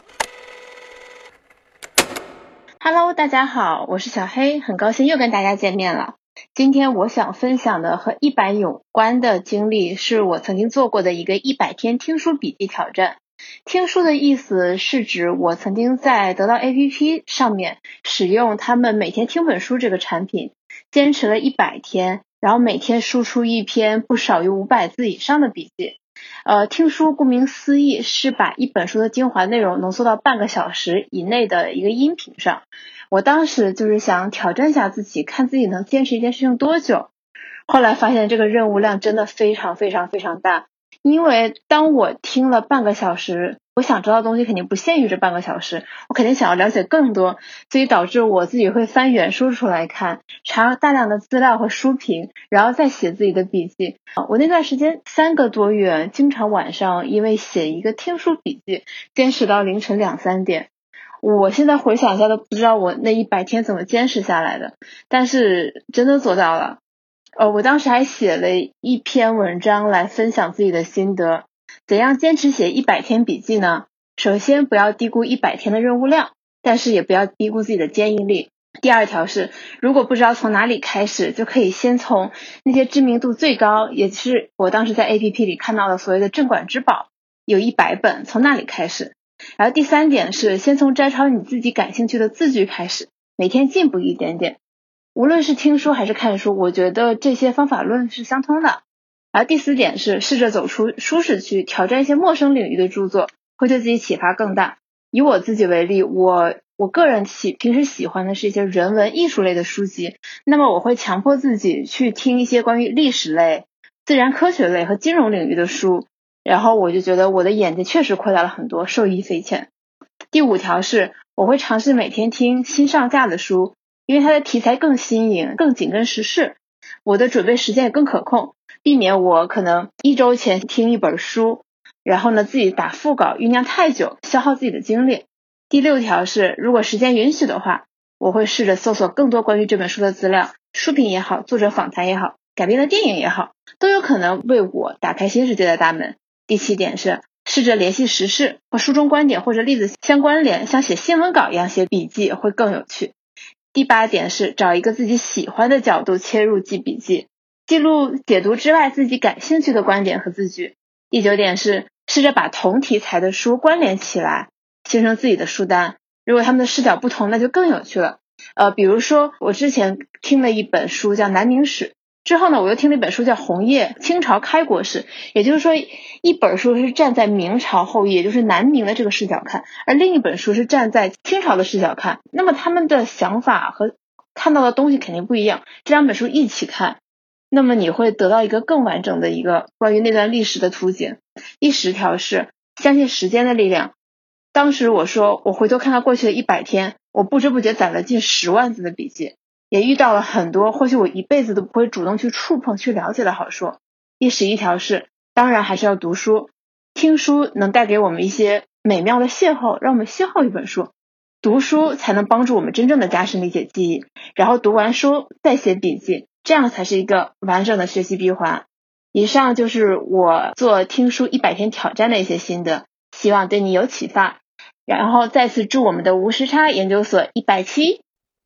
Hello， 大家好，我是小黑，很高兴又跟大家见面了。今天我想分享的和一百有关的经历，是我曾经做过的一个一百天听书笔记挑战。听书的意思是指我曾经在得到 A P P 上面使用他们每天听本书这个产品，坚持了一百天，然后每天输出一篇不少于五百字以上的笔记。呃，听书顾名思义是把一本书的精华内容浓缩到半个小时以内的一个音频上。我当时就是想挑战一下自己，看自己能坚持一件事情多久。后来发现这个任务量真的非常非常非常大，因为当我听了半个小时，我想知道的东西肯定不限于这半个小时，我肯定想要了解更多，所以导致我自己会翻原书出来看，查大量的资料和书评，然后再写自己的笔记。我那段时间三个多月，经常晚上因为写一个听书笔记，坚持到凌晨两三点。我现在回想一下都不知道我那一百天怎么坚持下来的，但是真的做到了。呃，我当时还写了一篇文章来分享自己的心得。怎样坚持写一百天笔记呢？首先不要低估一百天的任务量，但是也不要低估自己的坚毅力。第二条是，如果不知道从哪里开始，就可以先从那些知名度最高，也是我当时在 A P P 里看到的所谓的镇馆之宝，有一百本，从那里开始。然后第三点是，先从摘抄你自己感兴趣的字句开始，每天进步一点点。无论是听书还是看书，我觉得这些方法论是相通的。然后第四点是，试着走出舒适区，挑战一些陌生领域的著作，会对自己启发更大。以我自己为例，我我个人喜平时喜欢的是一些人文艺术类的书籍，那么我会强迫自己去听一些关于历史类、自然科学类和金融领域的书，然后我就觉得我的眼界确实扩大了很多，受益匪浅。第五条是，我会尝试每天听新上架的书，因为它的题材更新颖，更紧跟时事，我的准备时间也更可控，避免我可能一周前听一本书，然后呢自己打副稿酝酿太久，消耗自己的精力。第六条是，如果时间允许的话，我会试着搜索更多关于这本书的资料，书评也好，作者访谈也好，改编的电影也好，都有可能为我打开新世界的大门。第七点是，试着联系时事，和书中观点或者例子相关联，像写新闻稿一样写笔记会更有趣。第八点是，找一个自己喜欢的角度切入记笔记，记录解读之外自己感兴趣的观点和字句。第九点是，试着把同题材的书关联起来，形成自己的书单。如果他们的视角不同，那就更有趣了。呃，比如说我之前听了一本书叫《南明史》，之后呢我又听了一本书叫《红叶：清朝开国史》，也就是说一本书是站在明朝后裔，也就是南明的这个视角看，而另一本书是站在清朝的视角看，那么他们的想法和看到的东西肯定不一样，这两本书一起看，那么你会得到一个更完整的一个关于那段历史的图景。第十条是，相信时间的力量。当时我说我回头看到过去的一百天，我不知不觉攒了近十万字的笔记，也遇到了很多或许我一辈子都不会主动去触碰去了解的好书。第十一条是，当然还是要读书，听书能带给我们一些美妙的邂逅，让我们邂逅一本书，读书才能帮助我们真正的加深理解记忆，然后读完书再写笔记，这样才是一个完整的学习闭环。以上就是我做听书一百天挑战的一些心得，希望对你有启发。然后再次祝我们的无时差研究所一百期。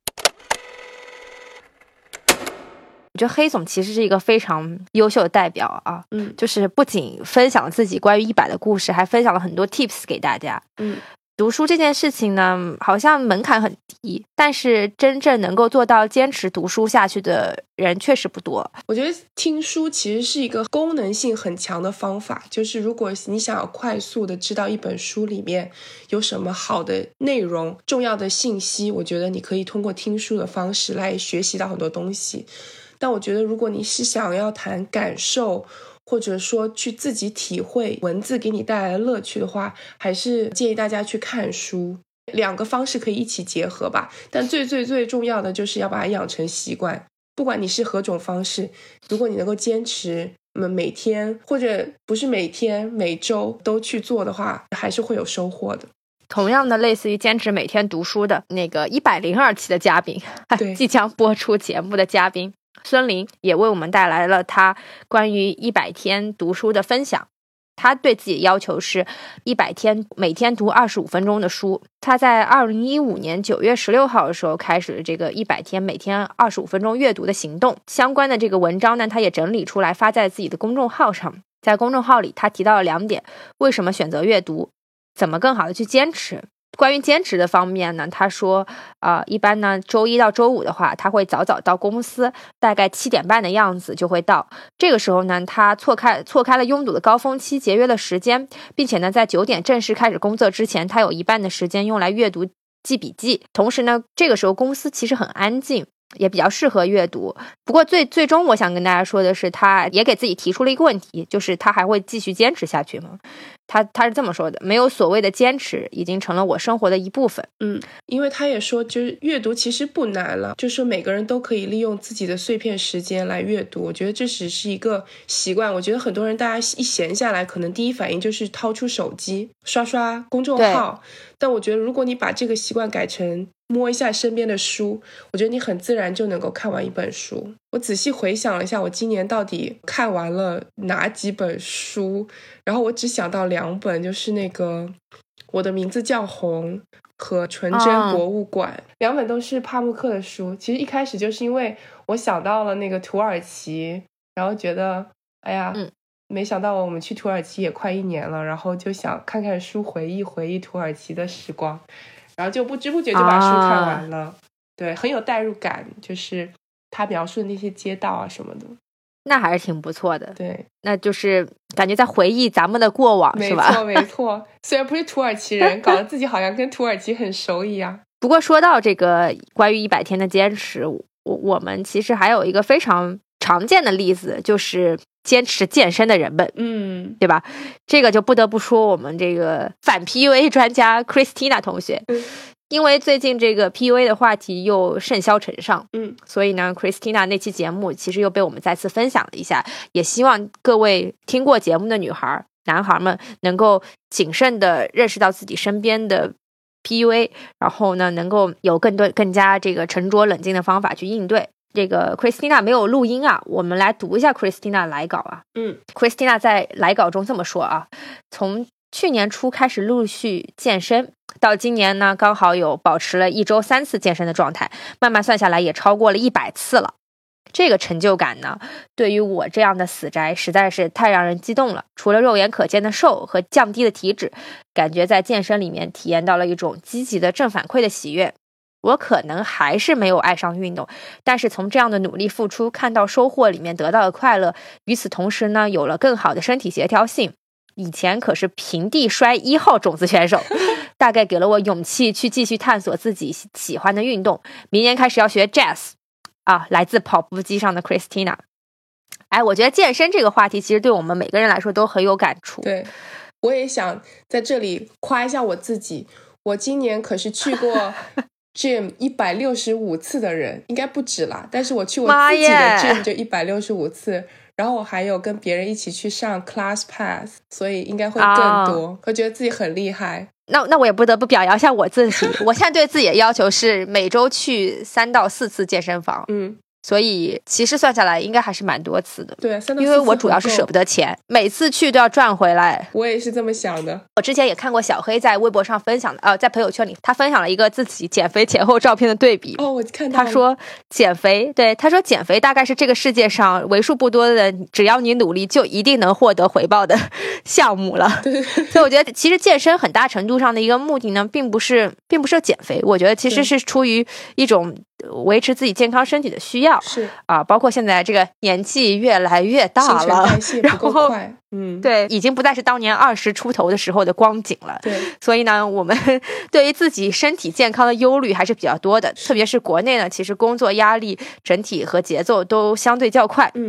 我觉得黑总其实是一个非常优秀的代表啊， 嗯， 就是不仅分享自己关于一百的故事，还分享了很多 tips 给大家。 嗯， 读书这件事情呢，好像门槛很低，但是真正能够做到坚持读书下去的人确实不多。 我觉得听书其实是一个功能性很强的方法，就是如果你想要快速的知道一本书里面有什么好的内容、重要的信息，我觉得你可以通过听书的方式来学习到很多东西。但我觉得如果你是想要谈感受， 或者说去自己体会文字给你带来的乐趣的话，还是建议大家去看书。两个方式可以一起结合吧，但最最最重要的就是要把它养成习惯。不管你是何种方式，如果你能够坚持，那么每天或者不是每天每周都去做的话，还是会有收获的。 同样的，类似于坚持每天读书的那个一百零二期的嘉宾，即将播出节目的嘉宾孙林也为我们带来了他关于一百天读书的分享。他对自己的要求是一百天每天读二十五分钟的书。他在二零一五年九月十六号的时候开始这个一百天每天二十五分钟阅读的行动。相关的这个文章呢，他也整理出来发在自己的公众号上。在公众号里他提到了两点：为什么选择阅读，怎么更好的去坚持。关于坚持的方面呢，他说呃，一般呢周一到周五的话，他会早早到公司，大概七点半的样子就会到。这个时候呢，他错开错开了拥堵的高峰期，节约了时间，并且呢在九点正式开始工作之前，他有一半的时间用来阅读记笔记。同时呢，这个时候公司其实很安静，也比较适合阅读。不过最最终我想跟大家说的是，他也给自己提出了一个问题，就是他还会继续坚持下去吗？他他是这么说的：没有所谓的坚持，已经成了我生活的一部分。 嗯，因为他也说，就是阅读其实不难了，就是说每个人都可以利用自己的碎片时间来阅读。我觉得这只是一个习惯。我觉得很多人大家一闲下来，可能第一反应就是掏出手机刷刷公众号，但我觉得如果你把这个习惯改成摸一下身边的书，我觉得你很自然就能够看完一本书。我仔细回想了一下，我今年到底看完了哪几本书，然后我只想到两本，就是那个我的名字叫红和纯真博物馆、哦、两本都是帕慕克的书。其实一开始就是因为我想到了那个土耳其，然后觉得哎呀、嗯、没想到我们去土耳其也快一年了，然后就想看看书，回忆回忆土耳其的时光，然后就不知不觉就把书看完了、啊、对，很有代入感，就是他描述的那些街道啊什么的， 那还是挺不错的。 对， 那就是感觉在回忆咱们的过往，是吧？ 没错没错，虽然不是土耳其人，搞得自己好像跟土耳其很熟一样。 不过说到这个关于一百天的坚持，我我们其实还有一个非常常见的例子，就是坚持健身的人们， 嗯， 对吧？这个就不得不说我们这个反 P U A 专家 Christina 同学。 嗯， 因为最近这个 P U A 的话题又甚嚣尘上， 嗯， 所以呢 Christina 那期节目其实又被我们再次分享了一下，也希望各位听过节目的女孩男孩们能够谨慎的认识到自己身边的 P U A， 然后呢能够有更多更加这个沉着冷静的方法去应对。这个 Christina 没有录音啊，我们来读一下 Christina 来稿啊。 嗯 Christina 在来稿中这么说啊：从去年初开始陆续健身，到今年呢刚好有保持了一周三次健身的状态，慢慢算下来也超过了一百次了。这个成就感呢，对于我这样的死宅实在是太让人激动了。除了肉眼可见的瘦和降低的体脂，感觉在健身里面体验到了一种积极的正反馈的喜悦。我可能还是没有爱上运动，但是从这样的努力付出看到收获里面得到的快乐，与此同时呢有了更好的身体协调性。以前可是平地摔一号种子选手，大概给了我勇气去继续探索自己喜欢的运动。明年开始要学 jazz 啊，来自跑步机上的 Christina。 哎，我觉得健身这个话题其实对我们每个人来说都很有感触。 对，我也想在这里夸一下我自己，我今年可是去过gym 一百六十五次的人，应该不止啦，但是我去我自己的 gym 就一百六十五次，然后我还有跟别人一起去上 class pass， 所以应该会更多、哦、我觉得自己很厉害。 那那我也不得不表扬一下我自己，我现在对自己的要求是每周去三到四次健身房。 嗯， 所以其实算下来应该还是蛮多次的。 对，三到四次， 因为我主要是舍不得钱，每次去都要赚回来。 我也是这么想的。 我之前也看过小黑在微博上分享的，呃，在朋友圈里他分享了一个自己减肥前后照片的对比。 哦，我看到了。 他说减肥，对，他说减肥大概是这个世界上为数不多的只要你努力就一定能获得回报的项目了。 对， 所以我觉得其实健身很大程度上的一个目的呢，并不是并不是减肥，我觉得其实是出于一种维持自己健康身体的需要。 是啊，包括现在这个年纪越来越大了， 新陈代谢不够快，嗯， 对，已经不再是当年二十出头的时候的光景了。 对， 所以呢，我们对于自己身体健康的忧虑还是比较多的，特别是国内呢，其实工作压力整体和节奏都相对较快。 嗯，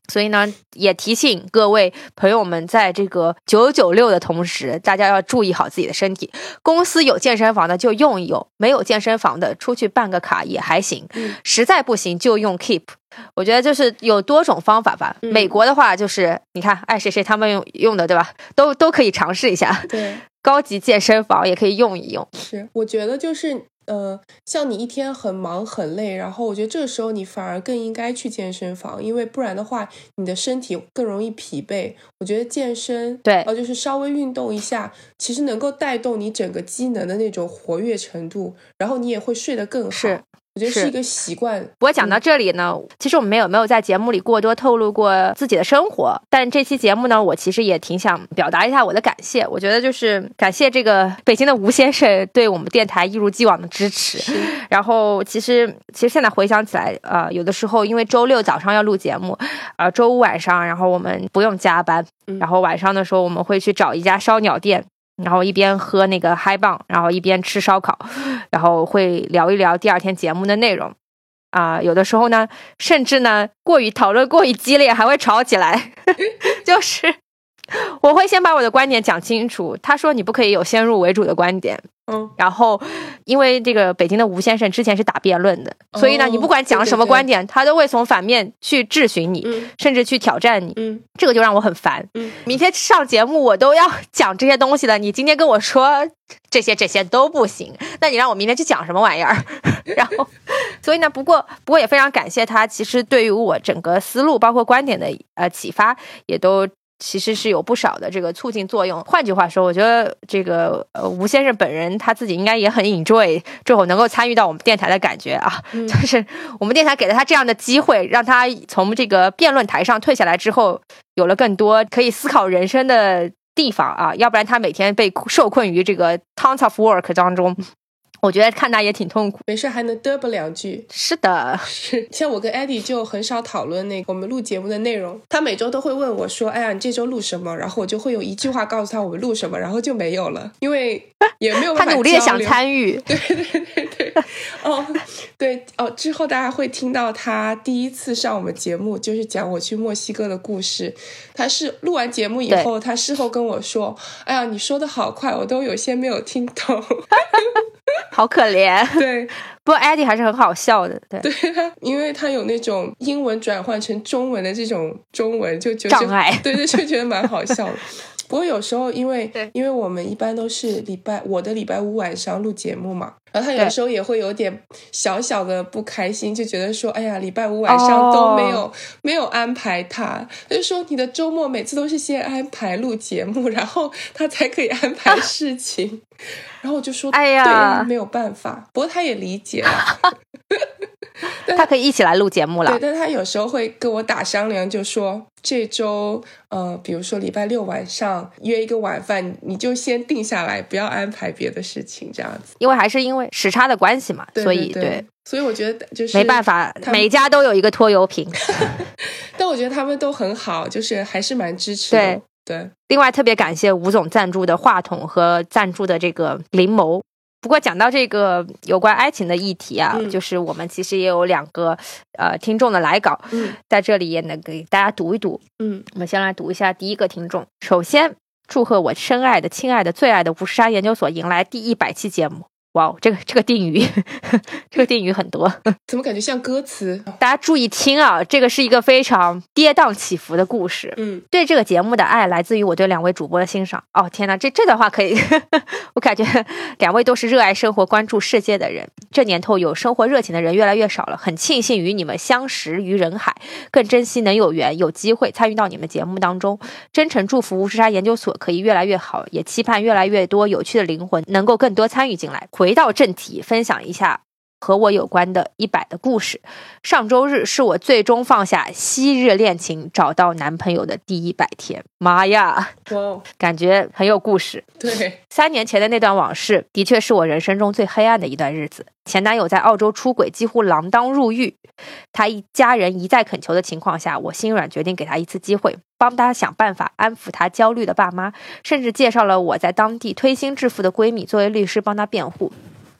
所以呢，也提醒各位朋友们，在这个九九六的同时，大家要注意好自己的身体。公司有健身房的就用一用，没有健身房的出去办个卡也还行。嗯、实在不行就用 Keep。我觉得就是有多种方法吧。嗯、美国的话，就是你看爱谁谁他们用用的，对吧？都都可以尝试一下。 对， 高级健身房也可以用一用。 是，我觉得就是。呃，像你一天很忙很累，然后我觉得这个时候你反而更应该去健身房，因为不然的话你的身体更容易疲惫。我觉得健身对， 呃，就是稍微运动一下，其实能够带动你整个机能的那种活跃程度，然后你也会睡得更好。 是。 我觉得是一个习惯。 不过讲到这里呢、嗯、其实我们没有没有在节目里过多透露过自己的生活，但这期节目呢，我其实也挺想表达一下我的感谢。我觉得就是感谢这个北京的吴先生对我们电台一如既往的支持。然后其实其实现在回想起来，呃，有的时候因为周六早上要录节目，呃，周五晚上然后我们不用加班，然后晚上的时候我们会去找一家烧鸟店。然后一边喝那个嗨棒，然后一边吃烧烤，然后会聊一聊第二天节目的内容啊、呃。有的时候呢，甚至呢过于讨论过于激烈，还会吵起来。就是我会先把我的观点讲清楚，他说你不可以有先入为主的观点。嗯，然后因为这个北京的吴先生之前是打辩论的，哦、所以呢，你不管讲什么观点，对对对他都会从反面去质询你，嗯、甚至去挑战你。嗯，这个就让我很烦。嗯，明天上节目我都要讲这些东西了，你今天跟我说这些这些都不行，那你让我明天去讲什么玩意儿？然后，所以呢，不过不过也非常感谢他，其实对于我整个思路包括观点的呃启发，也都。其实是有不少的这个促进作用。换句话说，我觉得这个呃吴先生本人他自己应该也很 enjoy 这种能够参与到我们电台的感觉啊、嗯，就是我们电台给了他这样的机会，让他从这个辩论台上退下来之后，有了更多可以思考人生的地方啊，要不然他每天被受困于这个 tons of work 当中。我觉得看他也挺痛苦， 没事还能嘚啵两句。 是的， 是像我跟 Eddie 就很少讨论那个我们录节目的内容，他每周都会问我说：“哎呀，你这周录什么？”然后我就会有一句话告诉他我们录什么，然后就没有了，因为也没有办法他努力的想参与。 对对对对，哦，对哦，之后大家会听到他第一次上我们节目，就是讲我去墨西哥的故事。他是录完节目以后，他事后跟我说：“哎呀，你说的好快，我都有些没有听懂。” 好可怜。 对， 不过 Eddie 还是很好笑的。对， 对，因为他有那种英文转换成中文的这种中文，就觉得障碍， 对对，就觉得蛮好笑的。不过有时候因为因为我们一般都是礼拜我的礼拜五晚上录节目嘛，然后他有时候也会有点小小的不开心，就觉得说哎呀礼拜五晚上都没有、oh. 没有安排他，他就说你的周末每次都是先安排录节目，然后他才可以安排事情、啊、然后我就说哎呀对，没有办法，不过他也理解了。 他可以一起来录节目了。 对，但他有时候会跟我打商量，就说这周呃，比如说礼拜六晚上约一个晚饭，你就先定下来，不要安排别的事情，这样子。 因为还是因为时差的关系嘛， 对对对， 所以对， 所以我觉得就是没办法，每家都有一个拖油瓶。 但我觉得他们都很好，就是还是蛮支持的。 对对。 另外特别感谢吴总赞助的话筒和赞助的这个临摹。不过讲到这个有关爱情的议题啊、嗯、就是我们其实也有两个呃听众的来稿、嗯、在这里也能给大家读一读。嗯，我们先来读一下第一个听众。首先祝贺我深爱的亲爱的最爱的吴世莎研究所迎来第一百期节目。哇，这个这个定语这个定语很多， 怎么感觉像歌词？ 大家注意听啊，这个是一个非常跌宕起伏的故事。嗯，对这个节目的爱来自于我对两位主播的欣赏。哦天哪，这这段话可以我感觉两位都是热爱生活关注世界的人，这年头有生活热情的人越来越少了，很庆幸与你们相识于人海，更珍惜能有缘有机会参与到你们节目当中。真诚祝福吴世莎研究所可以越来越好，也期盼越来越多有趣的灵魂能够更多参与进来。回到正题，分享一下和我有关的一百的故事。上周日是我最终放下昔日恋情找到男朋友的第一百天。妈呀， 哇， 感觉很有故事。 对， 三年前的那段往事的确是我人生中最黑暗的一段日子。前男友在澳洲出轨，几乎锒铛入狱，他一家人一再恳求的情况下，我心软决定给他一次机会，帮他想办法安抚他焦虑的爸妈，甚至介绍了我在当地推心置腹的闺蜜作为律师帮他辩护。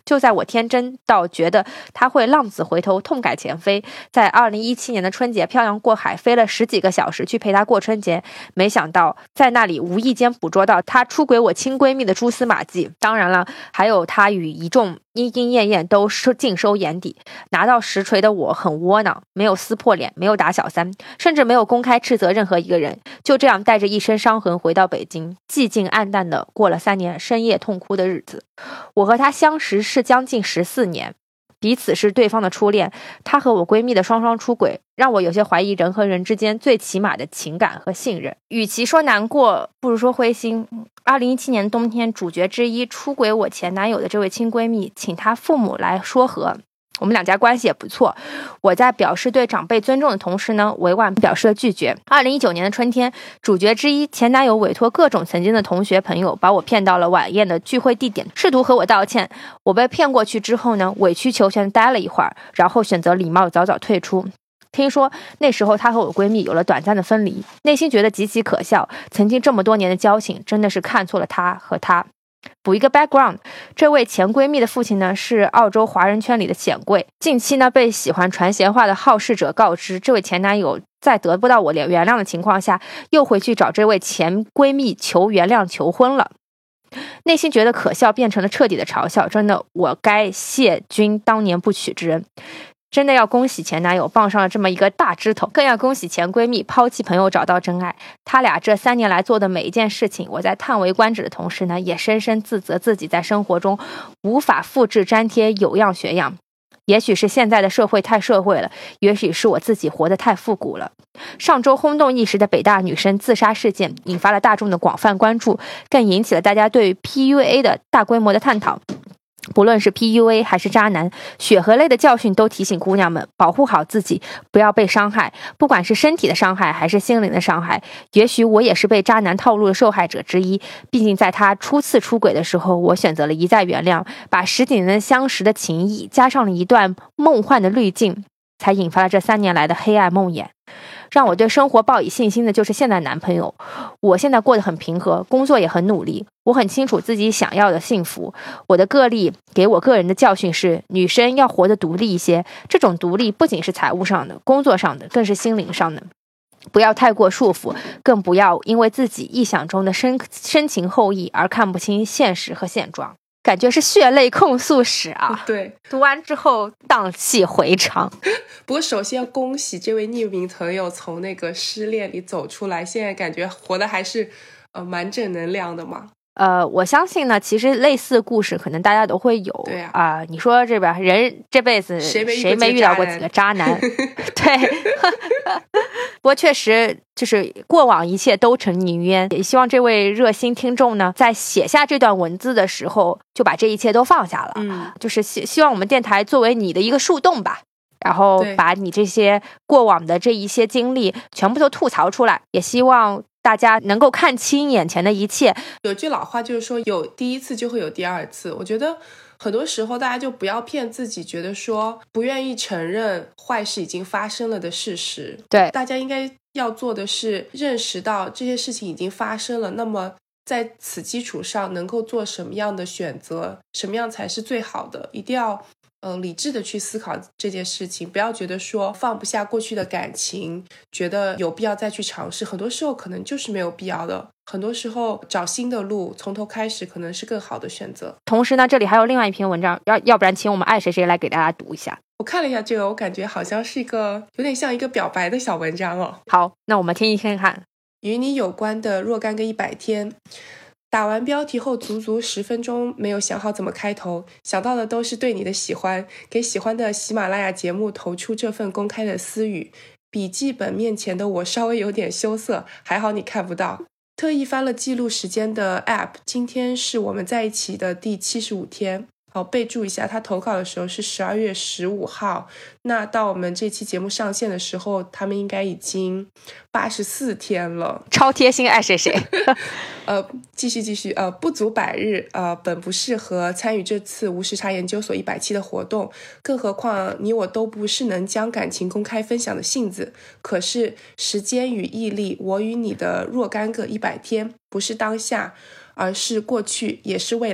就在我天真到觉得他会浪子回头痛改前非，在二零一七年的春节漂洋过海飞了十几个小时去陪他过春节，没想到在那里无意间捕捉到他出轨我亲闺蜜的蛛丝马迹，当然了，还有他与一众莺莺燕燕都尽收眼底。拿到实锤的我很窝囊，没有撕破脸，没有打小三，甚至没有公开斥责任何一个人，就这样带着一身伤痕回到北京，寂静暗淡的过了三年深夜痛哭的日子。我和他相识是将近十四年，彼此是对方的初恋，他和我闺蜜的双双出轨，让我有些怀疑人和人之间最起码的情感和信任。与其说难过，不如说灰心。二零一七年冬天，主角之一出轨我前男友的这位亲闺蜜，请她父母来说和。我们两家关系也不错，我在表示对长辈尊重的同时呢，委婉表示了拒绝。二零一九年的春天，主角之一前男友委托各种曾经的同学朋友把我骗到了晚宴的聚会地点，试图和我道歉。我被骗过去之后呢，委曲求全待了一会儿，然后选择礼貌早早退出。听说那时候她和我闺蜜有了短暂的分离，内心觉得极其可笑，曾经这么多年的交情真的是看错了她和他。补一个 background， 这位前闺蜜的父亲呢是澳洲华人圈里的显贵，近期呢被喜欢传闲话的好事者告知，这位前男友在得不到我原谅的情况下，又回去找这位前闺蜜求原谅求婚了。内心觉得可笑变成了彻底的嘲笑，真的我该谢君当年不娶之恩。真的要恭喜前男友傍上了这么一个大枝头，更要恭喜前闺蜜抛弃朋友找到真爱。他俩这三年来做的每一件事情，我在叹为观止的同时呢，也深深自责自己在生活中无法复制粘贴，有样学样。也许是现在的社会太社会了，也许是我自己活得太复古了。上周轰动一时的北大女生自杀事件引发了大众的广泛关注，更引起了大家对 P U A 的大规模的探讨。不论是 P U A 还是渣男，血和泪的教训都提醒姑娘们保护好自己，不要被伤害，不管是身体的伤害还是心灵的伤害。也许我也是被渣男套路的受害者之一，毕竟在他初次出轨的时候，我选择了一再原谅，把十几年的相识的情谊加上了一段梦幻的滤镜，才引发了这三年来的黑暗梦魇。让我对生活抱以信心的就是现在男朋友。我现在过得很平和，工作也很努力，我很清楚自己想要的幸福。我的个例给我个人的教训是，女生要活得独立一些，这种独立不仅是财务上的，工作上的，更是心灵上的。不要太过束缚，更不要因为自己臆想中的深深情厚谊而看不清现实和现状。感觉是血泪控诉史啊！ 对， 读完之后荡气回肠。 不过首先要恭喜这位匿名朋友从那个失恋里走出来，现在感觉活的还是呃蛮正能量的嘛。 呃，我相信呢，其实类似的故事可能大家都会有。 对啊， 啊、呃，你说这边人这辈子谁没谁没遇到过几个渣男？对。不过确实就是过往一切都成泥渊，也希望这位热心听众呢，在写下这段文字的时候，就把这一切都放下了。 嗯， 就是希希望我们电台作为你的一个树洞吧。然后把你这些过往的这一些经历全部都吐槽出来，也希望大家能够看清眼前的一切。 有句老话就是说，有第一次就会有第二次。我觉得很多时候大家就不要骗自己，觉得说不愿意承认坏事已经发生了的事实。 对， 大家应该要做的是认识到这些事情已经发生了，那么在此基础上能够做什么样的选择，什么样才是最好的，一定要呃，理智的去思考这件事情，不要觉得说放不下过去的感情，觉得有必要再去尝试，很多时候可能就是没有必要的。很多时候找新的路，从头开始可能是更好的选择。 同时呢，这里还有另外一篇文章，要要不然请我们爱谁谁来给大家读一下。 我看了一下这个，我感觉好像是一个有点像一个表白的小文章哦。 好，那我们听一听看。 与你有关的若干个一百天。打完标题后足足十分钟没有想好怎么开头，想到的都是对你的喜欢，给喜欢的喜马拉雅节目投出这份公开的私语。笔记本面前的我稍微有点羞涩，还好你看不到。特意翻了记录时间的 app， 今天是我们在一起的第七十五天。好，备注一下，他投稿的时候是十二月十五号，那到我们这期节目上线的时候，他们应该已经八十四天了， 超贴心，爱谁谁。 呃，继续继续，呃，不足百日，呃，本不适合参与这次无时差研究所一百期的活动，更何况你我都不是能将感情公开分享的性子。可是时间与毅力，我与你的若干个一百天，不是当下，而是过去，也是未来。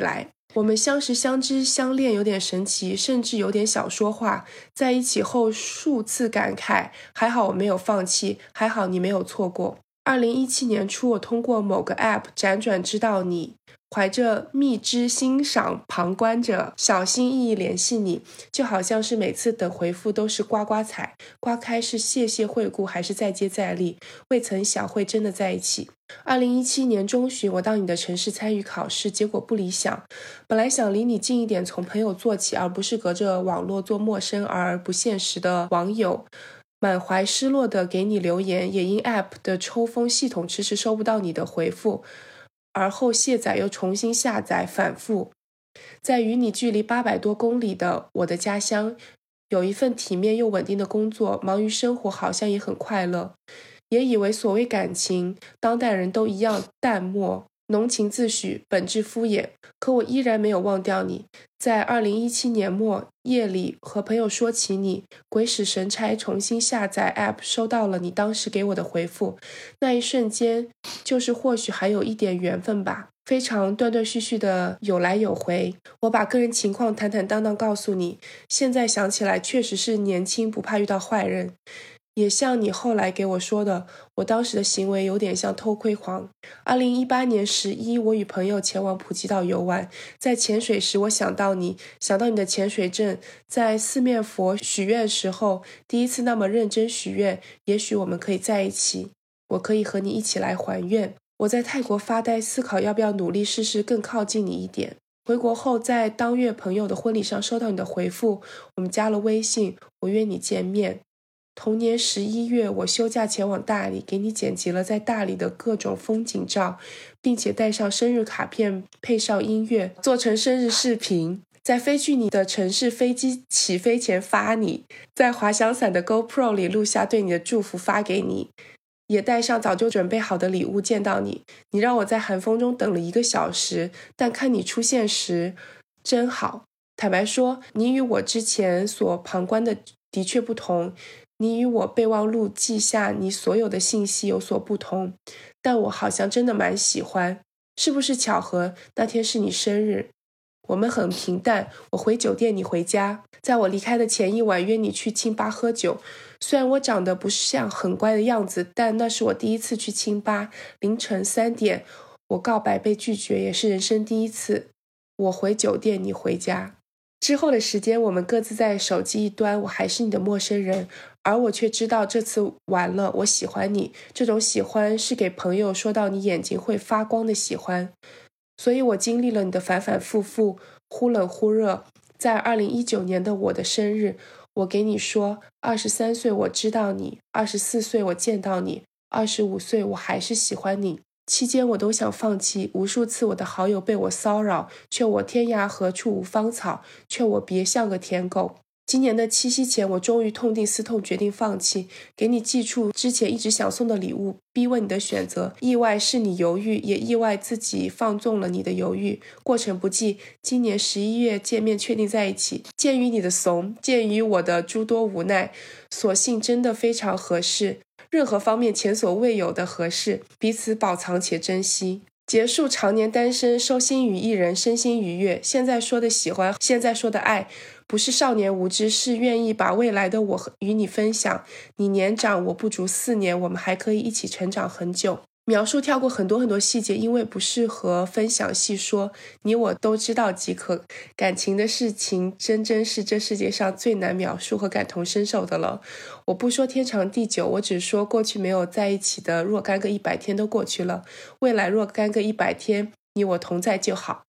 我们相识相知相恋有点神奇，甚至有点小说化，在一起后数次感慨，还好我没有放弃，还好你没有错过。二零一七年初，我通过某个 app 辗转知道你，怀着蜜汁欣赏旁观者，小心翼翼联系你，就好像是每次等回复都是刮刮彩，刮开是谢谢惠顾还是再接再厉，未曾想会真的在一起。二零一七年中旬，我到你的城市参与考试，结果不理想。本来想离你近一点，从朋友做起，而不是隔着网络做陌生而不现实的网友。满怀失落的给你留言，也因 App 的抽风系统迟迟收不到你的回复，而后卸载又重新下载，反复。在与你距离八百多公里的我的家乡，有一份体面又稳定的工作，忙于生活，好像也很快乐。也以为所谓感情，当代人都一样淡漠，浓情自诩，本质敷衍。可我依然没有忘掉你。在二零一七年末夜里和朋友说起你，鬼使神差重新下载 App， 收到了你当时给我的回复。那一瞬间，就是或许还有一点缘分吧。非常断断续续的有来有回，我把个人情况坦坦荡荡告诉你，现在想起来确实是年轻不怕遇到坏人。也像你后来给我说的，我当时的行为有点像偷窥狂。二零一八年十一，我与朋友前往普吉岛游玩，在潜水时我想到你，想到你的潜水证，在四面佛许愿时候，第一次那么认真许愿，也许我们可以在一起，我可以和你一起来还愿。我在泰国发呆，思考要不要努力试试更靠近你一点。回国后，在当月朋友的婚礼上收到你的回复，我们加了微信，我约你见面。同年十一月，我休假前往大理，给你剪辑了在大理的各种风景照，并且带上生日卡片，配上音乐，做成生日视频，在飞去你的城市飞机起飞前发你，在滑翔伞的 GoPro 里录下对你的祝福发给你，也带上早就准备好的礼物见到你。你让我在寒风中等了一个小时，但看你出现时真好。坦白说，你与我之前所旁观的的确不同，你与我备忘录记下你所有的信息有所不同，但我好像真的蛮喜欢。是不是巧合？那天是你生日，我们很平淡，我回酒店，你回家。在我离开的前一晚约你去清吧喝酒，虽然我长得不像很乖的样子，但那是我第一次去清吧。凌晨三点，我告白被拒绝，也是人生第一次。我回酒店，你回家。之后的时间，我们各自在手机一端，我还是你的陌生人，而我却知道这次完了，我喜欢你。这种喜欢是给朋友说到你眼睛会发光的喜欢。所以我经历了你的反反复复，忽冷忽热。在二零一九年的我的生日，我给你说，二十三岁我知道你，二十四岁我见到你，二十五岁我还是喜欢你。期间我都想放弃，无数次我的好友被我骚扰，劝我天涯何处无芳草，劝我别像个舔狗。今年的七夕前，我终于痛定思痛，决定放弃，给你寄出之前一直想送的礼物，逼问你的选择。意外是你犹豫，也意外自己放纵了你的犹豫。过程不计，今年十一月见面确定在一起。鉴于你的怂，鉴于我的诸多无奈，所幸真的非常合适，任何方面前所未有的合适，彼此保藏且珍惜。结束常年单身，收心于一人，身心愉悦。现在说的喜欢，现在说的爱，不是少年无知，是愿意把未来的我与你分享。你年长，我不足四年，我们还可以一起成长很久。描述跳过很多很多细节，因为不适合分享细说，你我都知道即可。感情的事情真真是这世界上最难描述和感同身受的了。我不说天长地久，我只说过去没有在一起的若干个一百天都过去了，未来若干个一百天你我同在就好。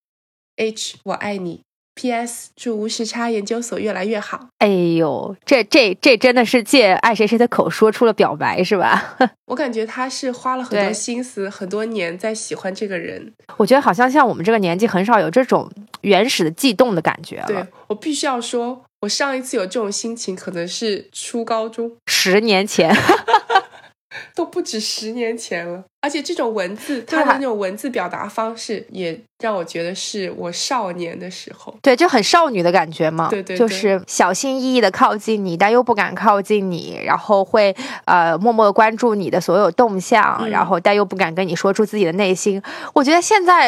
H 我爱你。 P S 祝无时差研究所越来越好。 哎呦，这这这真的是借爱谁谁的口说出了表白是吧？ 我感觉他是花了很多心思很多年在喜欢这个人。 我觉得好像像我们这个年纪很少有这种原始的悸动的感觉了。 对，我必须要说，我上一次有这种心情可能是初高中， 十年前都不止十年前了。而且这种文字，他的那种文字表达方式也让我觉得是我少年的时候。 对，就很少女的感觉嘛。 对对对， 就是小心翼翼的靠近你，但又不敢靠近你，然后会呃默默的关注你的所有动向、嗯、然后但又不敢跟你说出自己的内心。我觉得现在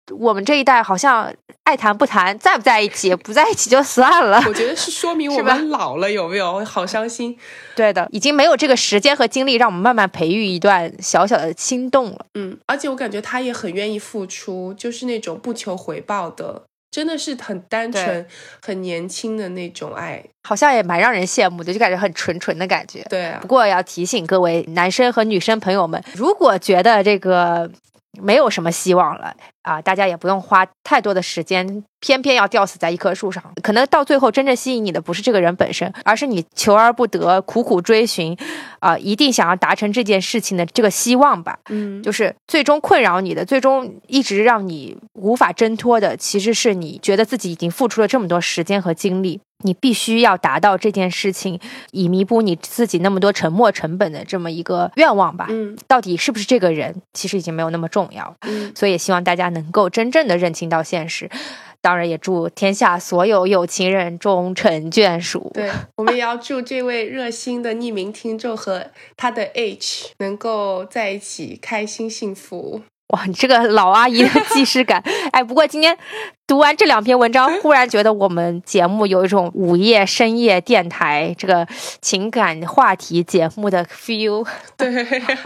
我们这一代好像爱谈不谈，在不在一起不在一起就算了。 我觉得是说明我们老了，有没有？好伤心。 对的，已经没有这个时间和精力让我们慢慢培育一段小小的心动了。 嗯，而且我感觉他也很愿意付出，就是那种不求回报的，真的是很单纯很年轻的那种爱， 好像也蛮让人羡慕的，就感觉很纯纯的感觉。 对啊， 不过要提醒各位男生和女生朋友们，如果觉得这个没有什么希望了啊，大家也不用花太多的时间偏偏要吊死在一棵树上，可能到最后真正吸引你的不是这个人本身，而是你求而不得苦苦追寻啊，一定想要达成这件事情的这个希望吧。 嗯， 就是最终困扰你的，最终一直让你无法挣脱的，其实是你觉得自己已经付出了这么多时间和精力，你必须要达到这件事情，以弥补你自己那么多沉没成本的这么一个愿望吧。 嗯， 到底是不是这个人其实已经没有那么重要。 嗯， 所以也希望大家能够真正的认清到现实，当然也祝天下所有有情人终成眷属。 对，我们也要祝这位热心的匿名听众和他的 H 能够在一起开心幸福。 哇，你这个老阿姨的既视感。哎，不过今天读完这两篇文章，忽然觉得我们节目有一种午夜深夜电台这个情感话题节目的 feel。 对。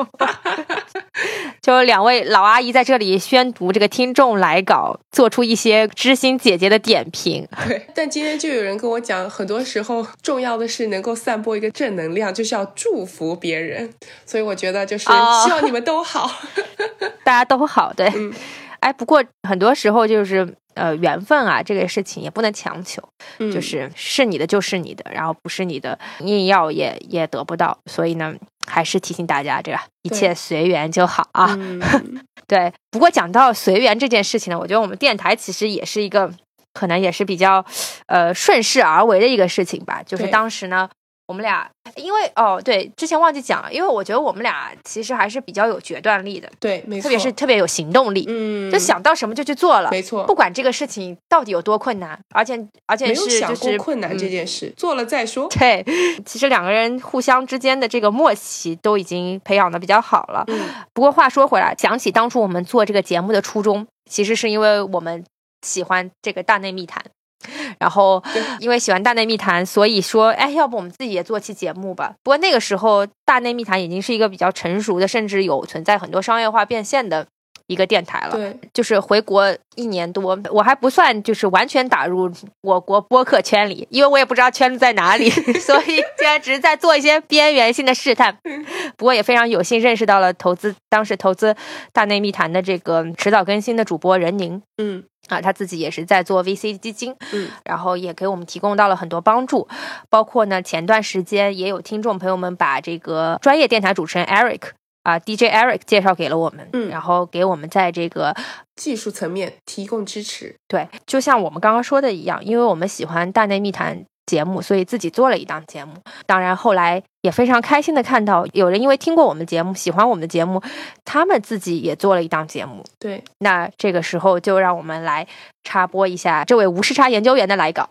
就两位老阿姨在这里宣读这个听众来稿，做出一些知心姐姐的点评。 对，但今天就有人跟我讲，很多时候重要的是能够散播一个正能量，就是要祝福别人，所以我觉得就是希望你们都好。 哦、大家都好。对、嗯、哎，不过很多时候就是呃缘分啊，这个事情也不能强求、嗯、就是是你的就是你的，然后不是你的硬要也也得不到，所以呢还是提醒大家这个一切随缘就好啊。嗯、对，不过讲到随缘这件事情呢，我觉得我们电台其实也是一个可能也是比较呃顺势而为的一个事情吧。就是当时呢我们俩因为哦对，之前忘记讲了，因为我觉得我们俩其实还是比较有决断力的。 对，没错， 特别是特别有行动力。嗯，就想到什么就去做了。 没错， 不管这个事情到底有多困难，而且而且是就是没有想过困难这件事、嗯、做了再说。 对，其实两个人互相之间的这个默契都已经培养的比较好了。嗯，不过话说回来，想起当初我们做这个节目的初衷，其实是因为我们喜欢这个大内密谈。然后因为喜欢大内密谈，所以说哎，要不我们自己也做期节目吧。不过那个时候大内密谈已经是一个比较成熟的，甚至有存在很多商业化变现的一个电台了。 对， 就是回国一年多，我还不算就是完全打入我国播客圈里，因为我也不知道圈子在哪里，所以现在只是在做一些边缘性的试探。不过也非常有幸认识到了投资当时投资大内密谈的这个迟早更新的主播任宁。 嗯啊，他自己也是在做 V C 基金， 嗯， 然后也给我们提供到了很多帮助，包括呢，前段时间也有听众朋友们把这个专业电台主持人 Eric 啊 D J Eric 介绍给了我们， 嗯， 然后给我们在这个技术层面提供支持。 对，就像我们刚刚说的一样，因为我们喜欢大内密谈节目，所以自己做了一档节目。当然后来也非常开心的看到有人因为听过我们节目喜欢我们的节目，他们自己也做了一档节目。 对， 那这个时候就让我们来插播一下这位无时差研究员的来稿。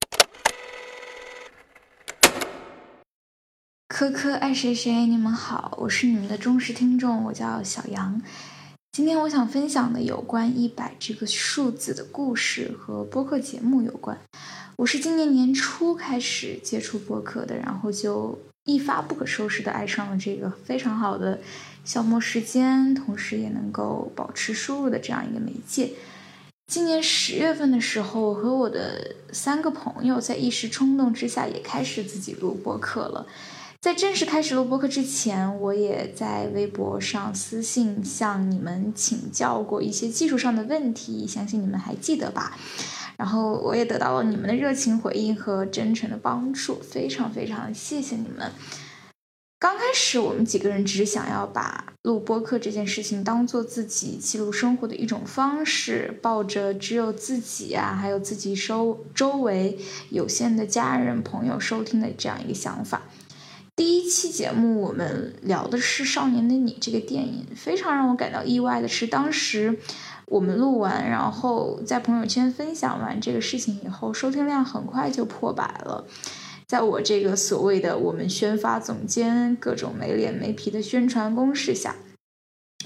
科科爱谁谁，你们好，我是你们的忠实听众，我叫小杨。今天我想分享的有关一百这个数字的故事和播客节目有关。我是今年年初开始接触播客的，然后就一发不可收拾的爱上了这个非常好的消磨时间，同时也能够保持收入的这样一个媒介。今年十月份的时候，我和我的三个朋友在一时冲动之下也开始自己录播客了。在正式开始录播客之前，我也在微博上私信向你们请教过一些技术上的问题，相信你们还记得吧。然后我也得到了你们的热情回应和真诚的帮助，非常非常谢谢你们。刚开始我们几个人只是想要把录播客这件事情当做自己记录生活的一种方式，抱着只有自己啊还有自己收周围有限的家人朋友收听的这样一个想法。第一期节目我们聊的是《少年的你》这个电影，非常让我感到意外的是，当时我们录完然后在朋友圈分享完这个事情以后，收听量很快就破百了。在我这个所谓的我们宣发总监各种没脸没皮的宣传攻势下，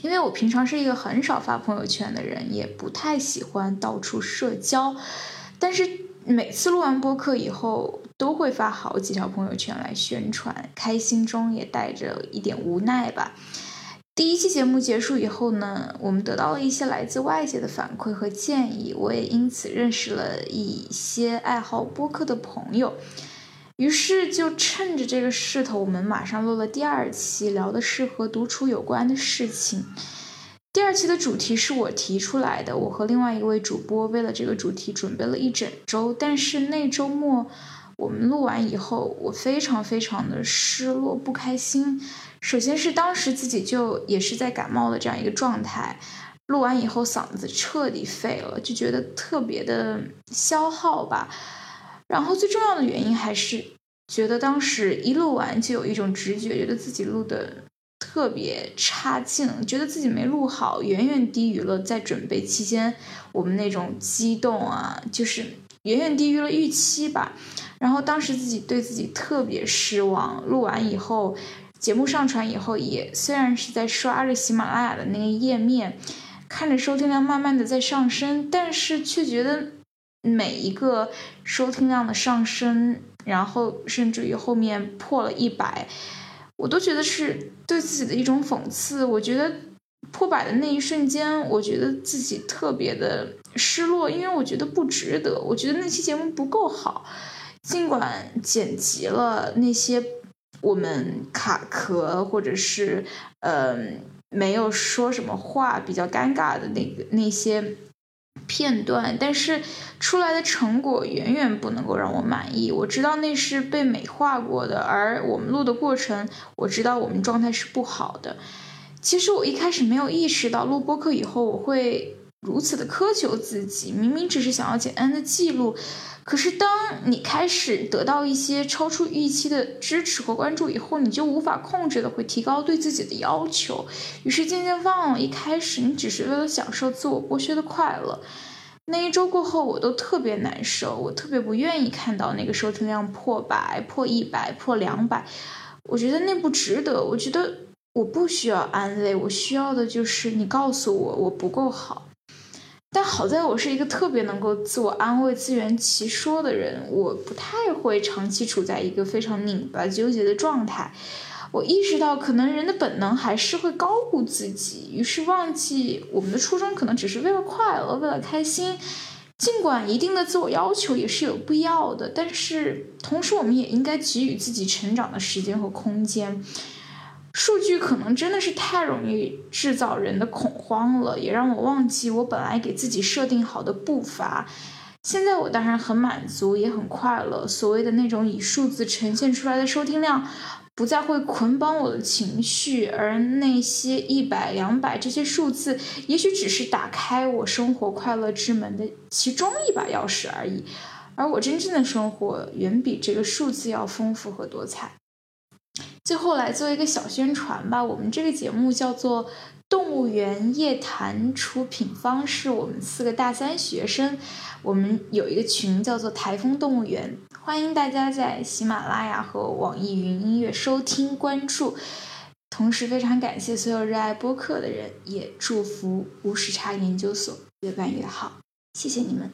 因为我平常是一个很少发朋友圈的人，也不太喜欢到处社交，但是每次录完播客以后都会发好几条朋友圈来宣传，开心中也带着一点无奈吧。第一期节目结束以后呢，我们得到了一些来自外界的反馈和建议，我也因此认识了一些爱好播客的朋友，于是就趁着这个势头，我们马上录了第二期，聊的是和独处有关的事情。第二期的主题是我提出来的，我和另外一位主播为了这个主题准备了一整周，但是那周末我们录完以后，我非常非常的失落不开心。首先是当时自己就也是在感冒的这样一个状态，录完以后嗓子彻底废了，就觉得特别的消耗吧。然后最重要的原因还是觉得当时一录完就有一种直觉，觉得自己录的特别差劲，觉得自己没录好，远远低于了在准备期间我们那种激动啊，就是远远低于了预期吧。然后当时自己对自己特别失望，录完以后节目上传以后，也虽然是在刷着喜马拉雅的那个页面，看着收听量慢慢的在上升，但是却觉得每一个收听量的上升，然后甚至于后面破了一百，我都觉得是对自己的一种讽刺。我觉得破百的那一瞬间，我觉得自己特别的失落，因为我觉得不值得，我觉得那期节目不够好，尽管剪辑了那些我们卡壳或者是呃没有说什么话比较尴尬的那个那些片段，但是出来的成果远远不能够让我满意。我知道那是被美化过的，而我们录的过程，我知道我们状态是不好的。其实我一开始没有意识到录播客以后我会如此的苛求自己，明明只是想要简单的记录，可是当你开始得到一些超出预期的支持和关注以后，你就无法控制的会提高对自己的要求，于是渐渐忘了一开始你只是为了享受自我剥削的快乐。那一周过后我都特别难受，我特别不愿意看到那个收听量破百、破一百、破两百，我觉得那不值得，我觉得我不需要安慰，我需要的就是你告诉我我不够好。但好在我是一个特别能够自我安慰自圆其说的人，我不太会长期处在一个非常拧巴纠结的状态。我意识到可能人的本能还是会高估自己，于是忘记我们的初衷可能只是为了快乐，为了开心。尽管一定的自我要求也是有必要的，但是同时我们也应该给予自己成长的时间和空间。数据可能真的是太容易制造人的恐慌了，也让我忘记我本来给自己设定好的步伐。现在我当然很满足，也很快乐，所谓的那种以数字呈现出来的收听量不再会捆绑我的情绪，而那些一百、两百这些数字也许只是打开我生活快乐之门的其中一把钥匙而已，而我真正的生活远比这个数字要丰富和多彩。最后来做一个小宣传吧，我们这个节目叫做动物园夜谈，出品方是我们四个大三学生，我们有一个群叫做台风动物园，欢迎大家在喜马拉雅和网易云音乐收听关注。同时非常感谢所有热爱播客的人，也祝福无时差研究所越办越好，谢谢你们。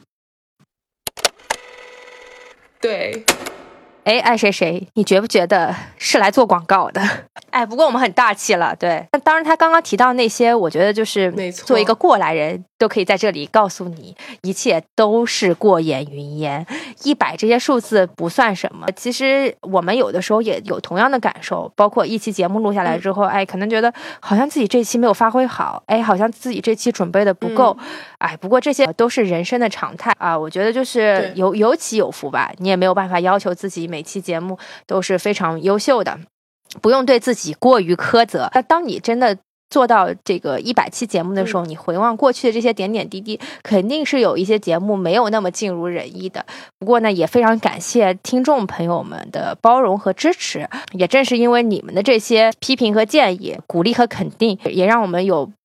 对， 哎，爱谁谁，你觉不觉得是来做广告的？哎，不过我们很大气了，对。当然，他刚刚提到那些，我觉得就是作为一个过来人，都可以在这里告诉你，一切都是过眼云烟。一百这些数字不算什么，其实我们有的时候也有同样的感受，包括一期节目录下来之后，嗯、哎，可能觉得好像自己这期没有发挥好，哎，好像自己这期准备的不够，嗯、哎，不过这些都是人生的常态啊。我觉得就是有有起有伏吧，你也没有办法要求自己每期节目都是非常优秀的。不用对自己过于苛责。那当你真的做到这个一百期节目的时候，你回望过去的这些点点滴滴，肯定是有一些节目没有那么尽如人意的。不过呢，也非常感谢听众朋友们的包容和支持，也正是因为你们的这些批评和建议、鼓励和肯定，也让我们有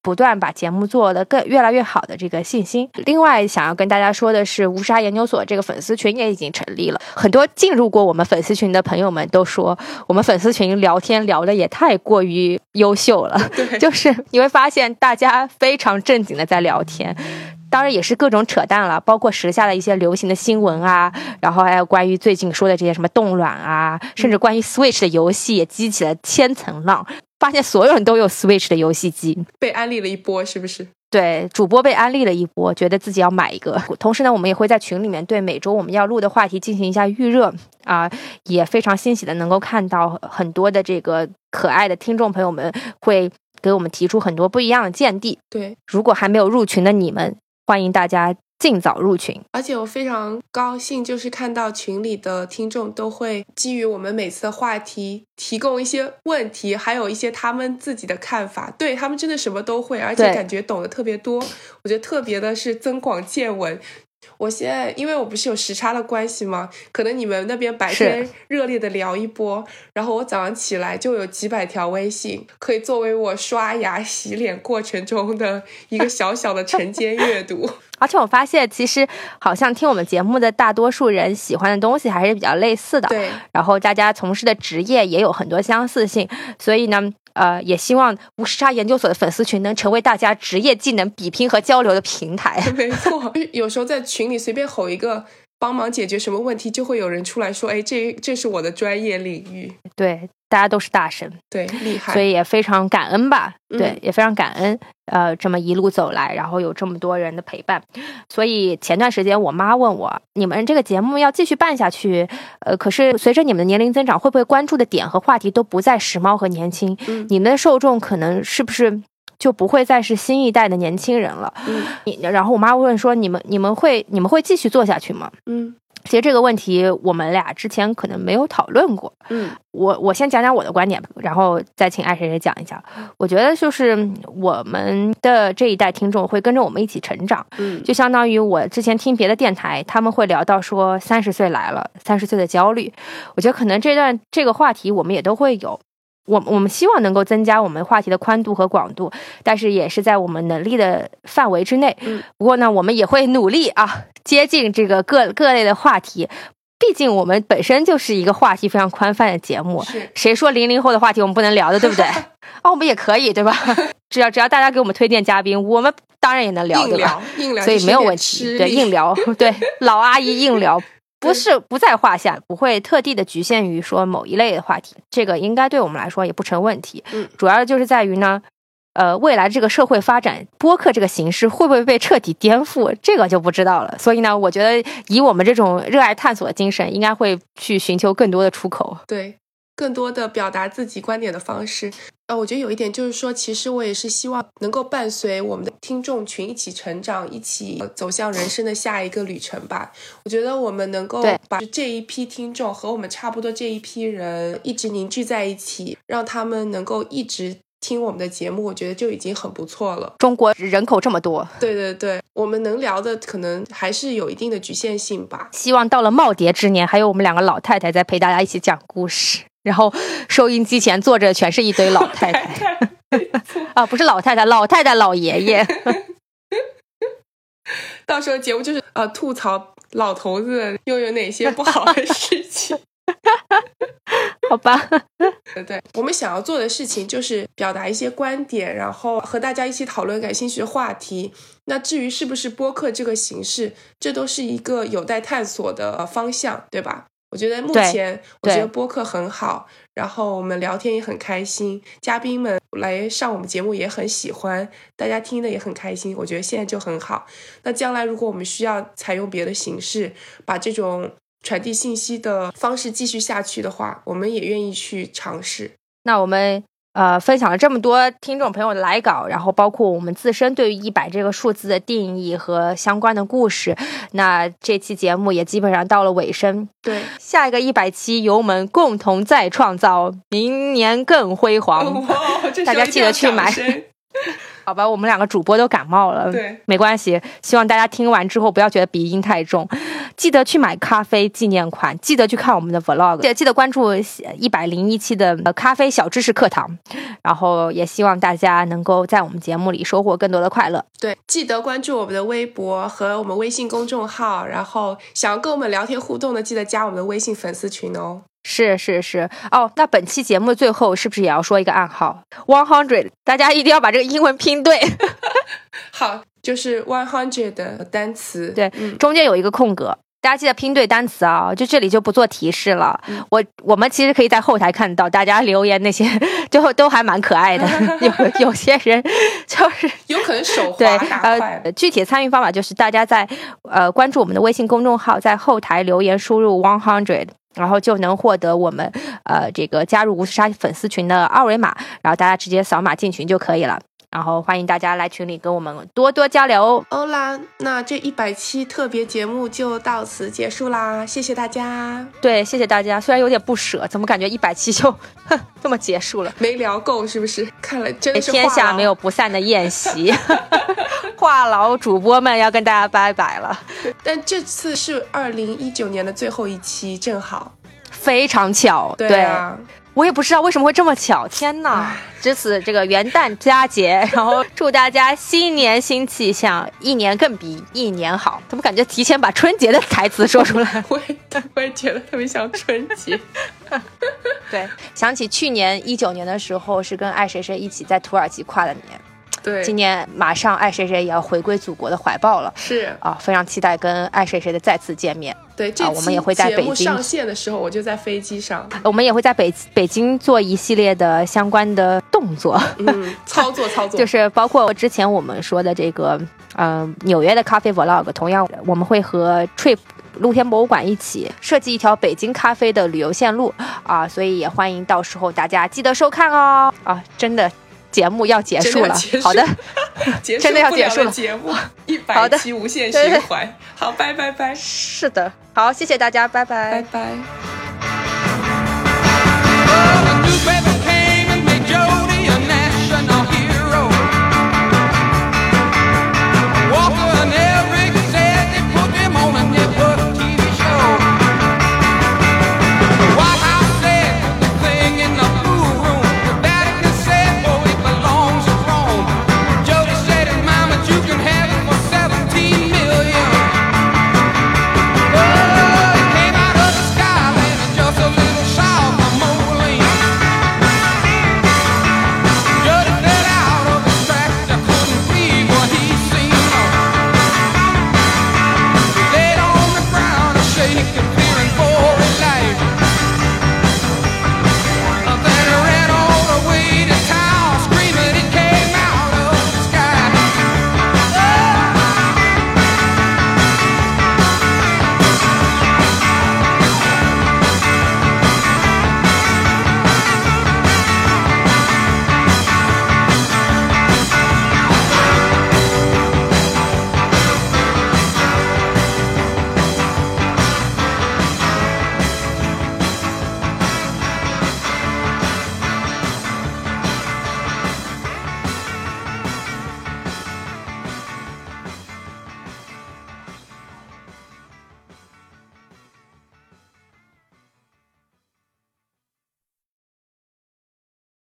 不断把节目做得更越来越好的这个信心。另外想要跟大家说的是，无时差研究所这个粉丝群也已经成立了，很多进入过我们粉丝群的朋友们都说，我们粉丝群聊天聊得也太过于优秀了，就是你会发现大家非常正经的在聊天，当然也是各种扯淡了，包括时下的一些流行的新闻啊，然后还有关于最近说的这些什么冻卵啊，甚至关于 Switch 的游戏也激起了千层浪，发现所有人都有 Switch 的游戏机， 被安利了一波，是不是？ 对，主播被安利了一波，觉得自己要买一个。同时呢，我们也会在群里面对每周我们要录的话题进行一下预热啊、呃，也非常欣喜的能够看到很多的这个可爱的听众朋友们会给我们提出很多不一样的见地。 对， 如果还没有入群的你们，欢迎大家尽早入群。 而且我非常高兴，就是看到群里的听众都会基于我们每次的话题提供一些问题，还有一些他们自己的看法。对，他们真的什么都会，而且感觉懂得特别多。我觉得特别的是增广见闻。我现在因为我不是有时差的关系吗，可能你们那边白天热烈的聊一波，然后我早上起来就有几百条微信，可以作为我刷牙洗脸过程中的一个小小的晨间阅读。 而且我发现其实好像听我们节目的大多数人喜欢的东西还是比较类似的， 对， 然后大家从事的职业也有很多相似性，所以呢呃，也希望无时差研究所的粉丝群能成为大家职业技能比拼和交流的平台。 没错，有时候在群里随便吼一个帮忙解决什么问题，就会有人出来说，哎，这这是我的专业领域。 对，大家都是大神， 对，厉害， 所以也非常感恩吧。 嗯、 对，也非常感恩，呃，这么一路走来，然后有这么多人的陪伴。所以前段时间我妈问我，你们这个节目要继续办下去，呃，可是随着你们的年龄增长，会不会关注的点和话题都不再时髦和年轻？ 嗯、 你们的受众可能是不是就不会再是新一代的年轻人了？ 嗯， 然后我妈问说，你们你们会你们会继续做下去吗？ 嗯。 其实这个问题我们俩之前可能没有讨论过， 嗯， 我我先讲讲我的观点吧，然后再请爱谁谁讲一讲。我觉得就是我们的这一代听众会跟着我们一起成长， 嗯， 就相当于我之前听别的电台，他们会聊到说三十岁来了，三十岁的焦虑，我觉得可能这段这个话题我们也都会有。我我们希望能够增加我们话题的宽度和广度，但是也是在我们能力的范围之内。 嗯， 不过呢，我们也会努力啊，接近这个各各类的话题。毕竟我们本身就是一个话题非常宽泛的节目，谁说零零后的话题我们不能聊的，对不对？哦，我们也可以，对吧？只要只要大家给我们推荐嘉宾，我们当然也能聊，对吧？ 硬聊， 所以没有问题。对，硬聊，对，老阿姨硬聊。不是不在话下，不会特地的局限于说某一类的话题，这个应该对我们来说也不成问题。 嗯， 主要就是在于呢，呃，未来这个社会发展，播客这个形式会不会被彻底颠覆，这个就不知道了。所以呢，我觉得以我们这种热爱探索的精神，应该会去寻求更多的出口。 对，更多的表达自己观点的方式。呃，我觉得有一点就是说，其实我也是希望能够伴随我们的听众群一起成长，一起走向人生的下一个旅程吧。我觉得我们能够把这一批听众和我们差不多这一批人一直凝聚在一起，让他们能够一直听我们的节目，我觉得就已经很不错了。 中国人口这么多， 对对对，我们能聊的可能还是有一定的局限性吧。 希望到了耄耋之年，还有我们两个老太太在陪大家一起讲故事。然后收音机前坐着全是一堆老太太啊，不是老太太，老太太老爷爷。 到时候节目就是呃吐槽老头子又有哪些不好的事情。 好吧， 对对，我们想要做的事情就是表达一些观点，然后和大家一起讨论感兴趣的话题。那至于是不是播客这个形式，这都是一个有待探索的方向，对吧？我觉得目前我觉得播客很好，然后我们聊天也很开心，嘉宾们来上我们节目也很喜欢，大家听的也很开心，我觉得现在就很好。那将来如果我们需要采用别的形式，把这种传递信息的方式继续下去的话，我们也愿意去尝试。 那我们呃，分享了这么多听众朋友的来稿，然后包括我们自身对于一百这个数字的定义和相关的故事，那这期节目也基本上到了尾声。 对， 下一个一百期由我们共同再创造，明年更辉煌。 哦、 大家记得去买。好吧，我们两个主播都感冒了， 对， 没关系。希望大家听完之后不要觉得鼻音太重。 记得去买咖啡纪念款，记得去看我们的 vlog， 记得记得关注一百零一期的咖啡小知识课堂，然后也希望大家能够在我们节目里收获更多的快乐。 对，记得关注我们的微博和我们微信公众号，然后想要跟我们聊天互动的，记得加我们的微信粉丝群哦。 是是是哦，那本期节目最后是不是也要说一个暗号 one hundred， 大家一定要把这个英文拼对。 好，就是 one hundred 的单词， 对、 嗯， 中间有一个空格，大家记得拼对单词啊！就这里就不做提示了。嗯、我我们其实可以在后台看到大家留言那些，就都还蛮可爱的。有有些人就是有可能手滑打快。 呃，具体的参与方法就是大家在呃关注我们的微信公众号，在后台留言输入 one hundred。然后就能获得我们呃这个加入无时差粉丝群的二维码，然后大家直接扫码进群就可以了。然后欢迎大家来群里跟我们多多交流哦。 欧啦，那这一百期特别节目就到此结束啦，谢谢大家。 对，谢谢大家。虽然有点不舍，怎么感觉一百期就哼这么结束了？ 没聊够是不是？看来真的是天下没有不散的宴席。话痨主播们要跟大家拜拜了。 但这次是二零一九年的最后一期，正好非常巧。 对啊， 对，我也不知道为什么会这么巧，天哪！值此这个元旦佳节，然后祝大家新年新气象，一年更比一年好。怎么感觉提前把春节的台词说出来？ 我也我也觉得特别像春节。 对，想起去年一九年的时候，是跟爱谁谁一起在土耳其跨的年。 对， 今年马上爱谁谁也要回归祖国的怀抱了， 是啊，非常期待跟爱谁谁的再次见面。 对，这期、 啊、我们也会在北京上线的时候，我就在飞机上， 我们也会在北北京做一系列的相关的动作， 嗯，操作操作， 就是包括之前我们说的这个，嗯、呃，纽约的咖啡 vlog， 同样我们会和 Trip。露天博物馆一起设计一条北京咖啡的旅游线路啊，所以也欢迎到时候大家记得收看哦啊！真的节目要结束了，好的，真的要结束了， 节目一百期无限循环，好，拜拜拜， 是的，好，谢谢大家，拜拜， 拜拜。